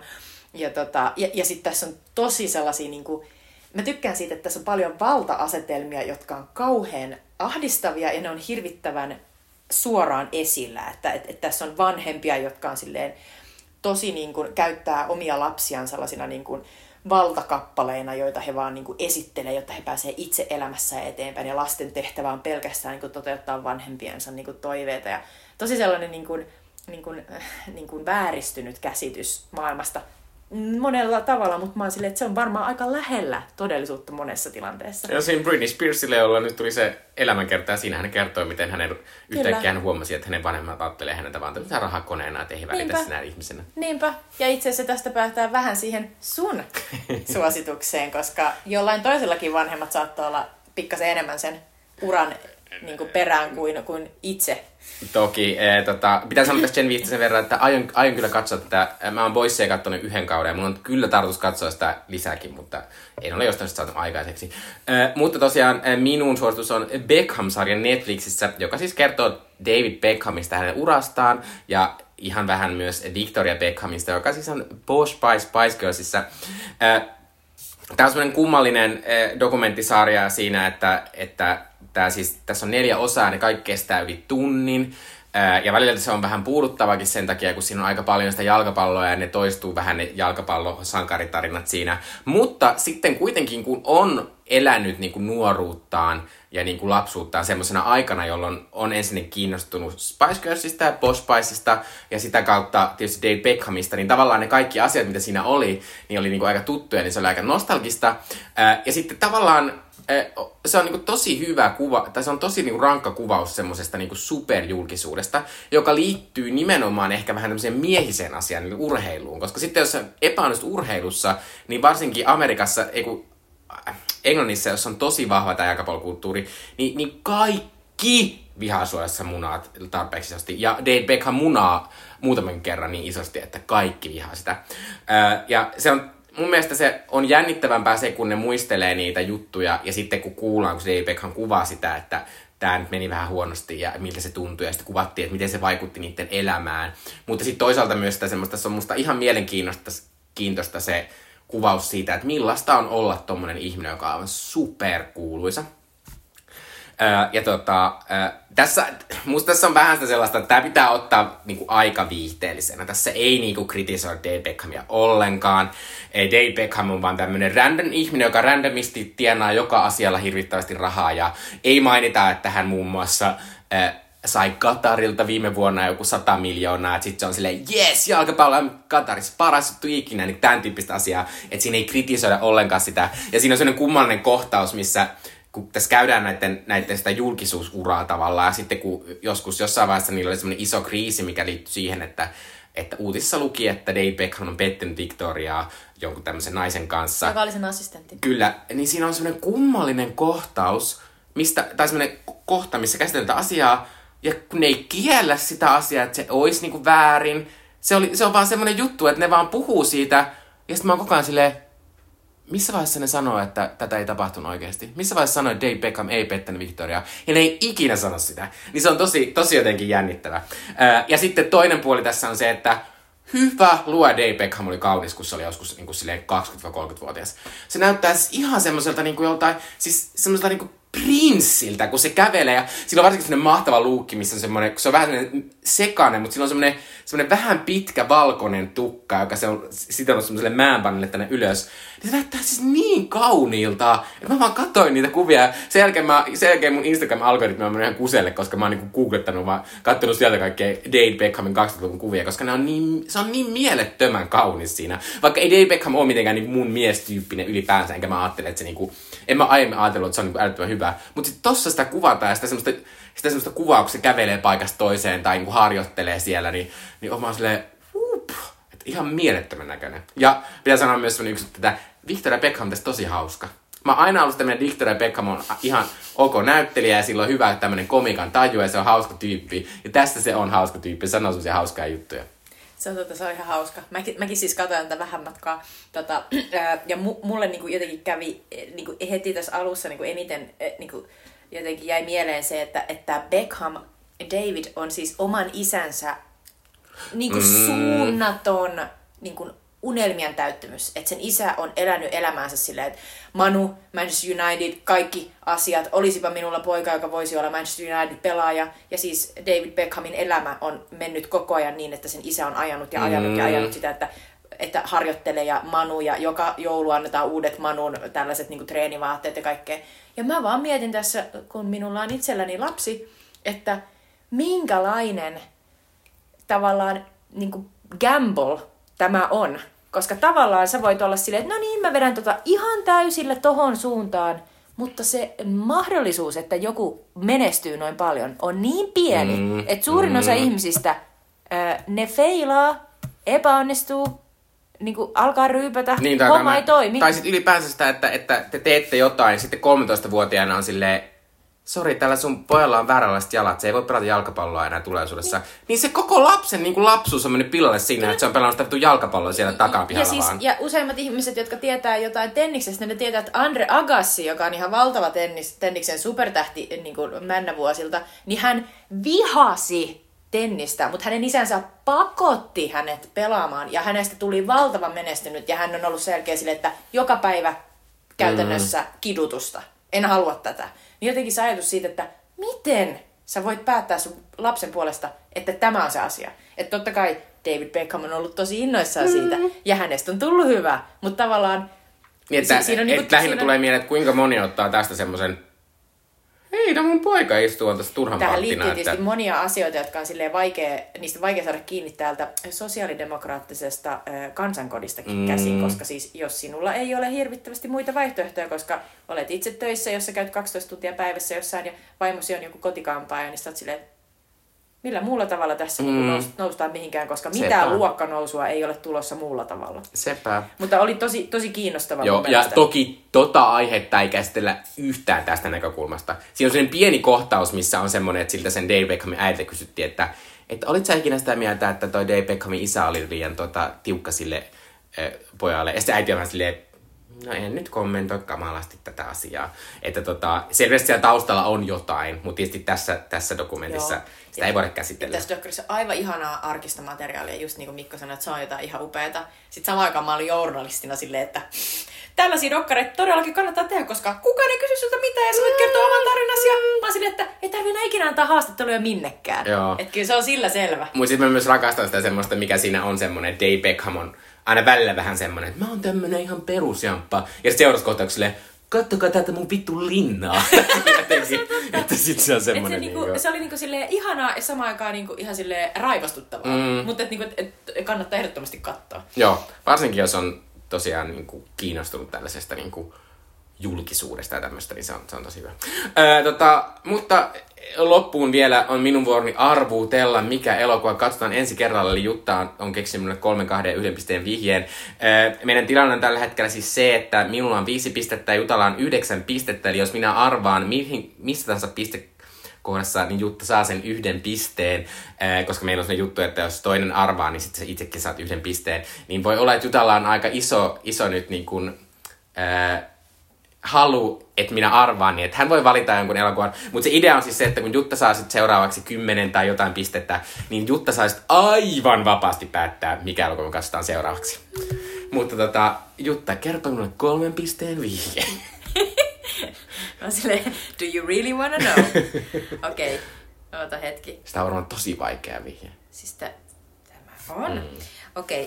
Ja sitten tässä on tosi sellaisia, niin kuin, mä tykkään siitä, että tässä on paljon valta-asetelmia, jotka on kauhean ahdistavia ja ne on hirvittävän suoraan esillä. Että tässä on vanhempia, jotka on silleen tosi niin kuin, käyttää omia lapsiaan sellaisina niin kuin valtakappaleina, joita he vaan niin kuin esittelee, jotta he pääsevät itse elämässä eteenpäin. Ja lasten tehtävä on pelkästään niin kuin toteuttaa vanhempiensa niin kuin toiveita. Ja tosi sellainen niin kuin vääristynyt käsitys maailmasta monella tavalla, mutta mä oon silleen, että se on varmaan aika lähellä todellisuutta monessa tilanteessa. Ja siinä Britney Spearsille, jolla nyt tuli se elämänkerta, ja siinä hän kertoi, miten hänen yhtäkkiä hän huomasi, että hänen vanhemmat ajattelee häneltä vaan tämmöisen rahakoneena, että ei välitä sinä ihmisenä. Niinpä. Ja itse asiassa tästä päästään vähän siihen sun suositukseen, koska jollain toisellakin vanhemmat saattaa olla pikkasen enemmän sen uran niin kuin perään kuin itse. Toki. Pitää sanoa tästä Gen Vistä sen verran, että aion kyllä katsoa tätä. Mä oon Boysia katsonut 1 kauden ja mulla on kyllä tarkoitus katsoa sitä lisääkin, mutta en ole jostain sitä saanut aikaiseksi. Mutta tosiaan minun suositus on Beckham-sarja Netflixissä, joka siis kertoo David Beckhamista, hänen urastaan ja ihan vähän myös Victoria Beckhamista, joka siis on Posh Spice Girlsissa. Tämä on semmoinen kummallinen dokumenttisarja siinä, että tässä on 4 osaa, ne kaikki kestää yli tunnin. Ja välillä se on vähän puuduttavakin sen takia, kun siinä on aika paljon sitä jalkapalloa ja ne toistuu vähän ne jalkapallosankaritarinat siinä. Mutta sitten kuitenkin, kun on elänyt niin kuin nuoruuttaan ja niin kuin lapsuuttaan semmoisena aikana, jolloin on ensin kiinnostunut Spice Girlsista ja Posh Spiceista ja sitä kautta tietysti David Beckhamista, niin tavallaan ne kaikki asiat, mitä siinä oli, niin oli niin kuin aika tuttuja, niin se oli aika nostalgista. Ja sitten tavallaan se on niinku tosi hyvä kuva, tai se on tosi niinku rankka kuvaus semmosesta niinku superjulkisuudesta, joka liittyy nimenomaan ehkä vähän tämmöiseen miehiseen asiaan, eli urheiluun. Koska sitten jos epäonnistut urheilussa, niin varsinkin Amerikassa, Englannissa, jossa on tosi vahva tämä jalkapallokulttuuri, niin kaikki vihaa suojassa munaat tarpeeksi isosti. Ja David Beckham munaa muutaman kerran niin isosti, että kaikki vihaa sitä. Ja se on mun mielestä se on jännittävämpää se, kun ne muistelee niitä juttuja ja sitten kun kuullaan, kun David Beckham kuvaa sitä, että tämä nyt meni vähän huonosti ja miltä se tuntui ja sitten kuvattiin, että miten se vaikutti niiden elämään. Mutta sitten toisaalta myös se on musta ihan mielenkiintoista se kuvaus siitä, että millaista on olla tommonen ihminen, joka on aivan superkuuluisa. Musta tässä on vähän sitä sellaista, että tämä pitää ottaa niinku aika viihteellisenä. Tässä ei niinku kritisoida David Beckhamia ollenkaan. David Beckham on vaan tämmönen random ihminen, joka randomisti tienaa joka asialla hirvittävästi rahaa. Ja ei mainita, että hän muun muassa sai Katarilta viime vuonna joku 100 miljoonaa. Sitten se on silleen, jes, jalkapallo on Katarissa paras juttu ikinä. Niin tämän tyyppistä asiaa, että siinä ei kritisoida ollenkaan sitä. Ja siinä on sellainen kummallinen kohtaus, missä kun tässä käydään näiden sitä julkisuusuraa tavallaan, ja sitten kun joskus jossain vaiheessa niillä oli semmoinen iso kriisi, mikä liittyi siihen, että että uutisissa luki, että David Beckham on pettänyt Victoriaa jonkun tämmöisen naisen kanssa. Joka oli sen assistentti. Kyllä, niin siinä on semmoinen kummallinen kohtaus, tai semmoinen kohta, missä käsitellään asiaa, ja kun ne ei kiellä sitä asiaa, että se olisi niinku väärin, se on vaan semmoinen juttu, että ne vaan puhuu siitä, ja sitten mä oon koko ajan silleen, missä vaiheessa ne sanoo, että tätä ei tapahtunut oikeasti? Missä vaiheessa sanoo, että David Beckham ei pettänyt Victoriaa? Ja ne ei ikinä sano sitä. Niin se on tosi jotenkin jännittävä. Ja sitten toinen puoli tässä on se, että hyvä luo David Beckham oli kaunis, kun se oli joskus niin kuin silleen 20-30-vuotias. Se näyttää siis ihan semmoiselta niin kuin joltain, siis semmoiselta niin kuin prinssiltä, kun se kävelee. Ja sillä on varsinkin semmoinen mahtava luukki, missä on semmoinen, kun se on vähän semmoinen sekainen, mutta sillä on semmoinen vähän pitkä valkoinen tukka, joka se on sitonut semmoiselle määnpannille tänne ylös. Ja se näyttää siis niin kauniilta, että mä vaan katsoin niitä kuvia. Sen jälkeen mun Instagram-algoritmi on mennyt ihan kuselle, koska mä oon niinku googlettanut vaan katsonut sieltä kaikkea David Beckhamin 2000-luvun kuvia, koska se on niin mielettömän kaunis siinä. Vaikka ei David Beckham ole mitenkään niinku mun miestyyppinen ylipäänsä, enkä mä ajattele, että se niinku, en mä aiemmin ajatellut, että se on niinku älyttömän hyvä. Mutta sit tossa sitä kuvataan ja sitä semmoista kuvaa, kun se kävelee paikasta toiseen tai niinku harjoittelee siellä, niin on silleen, että ihan mielettömän näköinen. Ja pitää sanoa myös semmoinen yksi, että Victoria Beckham on tässä tosi hauska. Mä oon aina ollut tämmönen, että Victoria Beckham on ihan ok näyttelijä ja sillä on hyvä tämmönen komikan taju ja se on hauska tyyppi. Ja tästä se on hauska tyyppi, se sanoo semmosia hauskaa juttuja. Se on ihan hauska. Mäkin siis katsoin tätä vähän matkaa. Ja mulle niinku jotenkin kävi niinku heti tässä alussa niinku eniten niinku jotenkin jäi mieleen se, että Beckham David on siis oman isänsä niinku suunnaton niinku unelmien täyttymys. Että sen isä on elänyt elämäänsä silleen, että Manu, Manchester United, kaikki asiat. Olisipa minulla poika, joka voisi olla Manchester United-pelaaja. Ja siis David Beckhamin elämä on mennyt koko ajan niin, että sen isä on ajanut ja ajanut sitä, että harjoittelee ja Manu ja joka joulu annetaan uudet Manun tällaiset niinku treenivaatteet ja kaikkea. Ja mä vaan mietin tässä, kun minulla on itselläni lapsi, että minkälainen tavallaan niinku gamble tämä on. Koska tavallaan sä voit olla silleen, että no niin, mä vedän ihan täysillä tohon suuntaan, mutta se mahdollisuus, että joku menestyy noin paljon, on niin pieni, että suurin osa ihmisistä, ne feilaa, epäonnistuu, niin kuin alkaa ryypätä, niin, homma ei toimi. Tai sitten ylipäänsä sitä, että te teette jotain, sitten 13-vuotiaana on silleen, sori, tällä sun pojalla on vääränlaiset jalat, se ei voi pelata jalkapalloa enää tulevaisuudessa. Niin se koko lapsen niin kuin lapsuus on mennyt pilalle siinä, että se on pelannut sitä jalkapalloa siellä takapihalla siis, vaan. Ja useimmat ihmiset, jotka tietää jotain tenniksestä, ne tietää, että Andre Agassi, joka on ihan valtava tenniksen supertähti niin kuin männävuosilta, niin hän vihasi tennistä, mutta hänen isänsä pakotti hänet pelaamaan ja hänestä tuli valtavan menestynyt ja hän on ollut selkeä sille, että joka päivä käytännössä kidutusta. En halua tätä. Niin jotenkin se ajatus siitä, että miten sä voit päättää sun lapsen puolesta, että tämä on se asia. Että totta kai David Beckham on ollut tosi innoissaan siitä ja hänestä on tullut hyvä, mutta tavallaan niin, siinä on lähinnä tulee mieleen, että kuinka moni ottaa tästä semmoisen hei, no mun poika istuu on tässä turhan tähän liittyy tietysti monia asioita, jotka on niistä vaikea saada kiinni täältä sosiaalidemokraattisesta kansankodistakin käsin, koska siis jos sinulla ei ole hirvittävästi muita vaihtoehtoja, koska olet itse töissä, jos sä käyt 12 tuntia päivässä jossain ja vaimosi on joku kotikampaaja, niin sä oot silleen, millä muulla tavalla tässä noustaan mihinkään, koska mitään luokkanousua ei ole tulossa muulla tavalla. Sepä. Mutta oli tosi kiinnostava. Joo, ja toki aihetta ei käsitellä yhtään tästä näkökulmasta. Siinä on sellainen pieni kohtaus, missä on semmoinen, että siltä sen David Beckhamin äidille kysyttiin, että olit sä ikinä sitä mieltä, että toi David Beckhamin isä oli liian tiukka sille pojalle. Ja sitten äiti on vähän silleen, no en nyt kommentoi kamalasti tätä asiaa. Että selvästi siellä taustalla on jotain, mutta tietysti tässä dokumentissa sitä ei voida käsitellä. Tässä dokkarissa on aivan ihanaa arkista materiaalia, just niin kuin Mikko sanoi, että se on jotain ihan upeata. Sitten samaan aikaan mä olin journalistina silleen, että tällaisia dokkareita todellakin kannattaa tehdä, koska kukaan ei kysy sulta mitään ja sä voit kertoa oman tarinasi. Ja mä oon silleen, että ei tarvitse ikinä antaa haastatteluja minnekään. Että kyllä se on sillä selvä. Mutta sitten mä myös rakastan sitä semmoista, mikä siinä on semmoinen, David Beckham on aina välillä vähän semmoinen, että mä oon tämmönen ihan perusjamppa. Ja sitten seuraavassa kohtauksessa kattokaa täältä mun vittu linnaa. Että sit se on semmoinen. Se oli niinku silleen ihanaa ja samaan aikaan niinku ihan silleen raivostuttavaa. Mutta et kannattaa ehdottomasti katsoa. Joo, varsinkin jos on tosiaan niinku kiinnostunut tällaisesta niinku julkisuudesta ja tämmöistä, niin se on tosi hyvä. Mutta loppuun vielä on minun vuoroni arvuutella, mikä elokuva katsotaan ensi kerralla. Eli Jutta on keksinyt minulle 3, 2 ja 1 pisteen vihjeen. Meidän tilanne on tällä hetkellä siis se, että minulla on 5 pistettä ja Jutalla on 9 pistettä. Eli jos minä arvaan missä tahansa pistekohdassa, niin Jutta saa sen 1 pisteen. Koska meillä on sellainen juttu, että jos toinen arvaa, niin sitten sä itsekin saat 1 pisteen. Niin voi olla, että Jutalla on aika iso nyt niin kuin, halu, että minä arvaan, niin että hän voi valita jonkun elokuvan. Mutta se idea on siis se, että kun Jutta saa sit seuraavaksi 10 tai jotain pistettä, niin Jutta saa aivan vapaasti päättää, mikä elokuva katsotaan seuraavaksi. Mutta Jutta, kerro minulle 3 pisteen vihje. Mä silleen, do you really wanna know? Okei, oota hetki. Sitä on varmaan tosi vaikea vihje. Siis tämä on? Okei,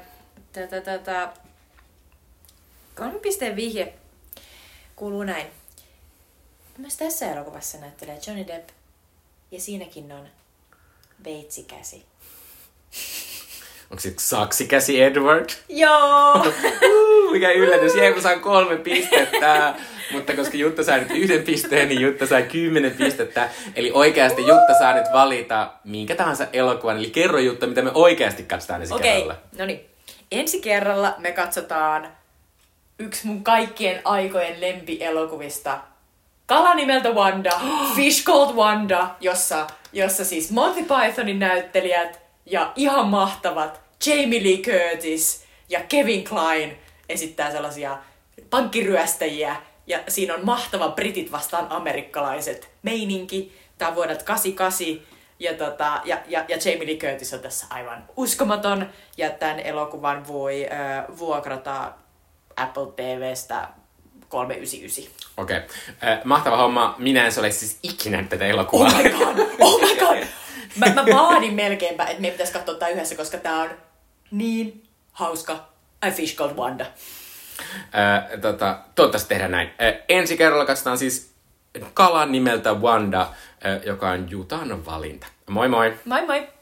3 pisteen vihje kuuluu näin. Myös tässä elokuvassa näyttelee Johnny Depp. Ja siinäkin on veitsikäsi. Onko se saksikäsi Edward? Joo! Mikä yllätys. Kun saan 3 pistettä. Mutta koska Jutta sai nyt 1 pisteen, niin Jutta sai 10 pistettä. Eli oikeasti Jutta saa nyt valita minkä tahansa elokuvan. Eli kerro Jutta, mitä me oikeasti katsotaan ensi kerralla. No niin. Ensi kerralla me katsotaan yksi mun kaikkien aikojen lempielokuvista. Kala nimeltä Wanda, Fish Called Wanda, jossa siis Monty Pythonin näyttelijät ja ihan mahtavat Jamie Lee Curtis ja Kevin Kline esittää sellaisia pankkiryöstäjiä. Ja siinä on mahtava britit vastaan amerikkalaiset meininki. Tää on vuodelta 88. Ja Jamie Lee Curtis on tässä aivan uskomaton. Ja tämän elokuvan voi vuokrata Apple TV:stä 399. Okei. Mahtava homma. Minä en ole siis ikinä tätä elokuvaa. Oh my god! Mä vaadin melkeinpä, että meidän pitäisi katsoa tää yhdessä, koska tää on niin hauska. I Fish Called Wanda. Toivottavasti tehdään näin. Ensi kerralla katsotaan siis Kalan nimeltä Wanda, joka on Jutan valinta. Moi moi! Moi moi!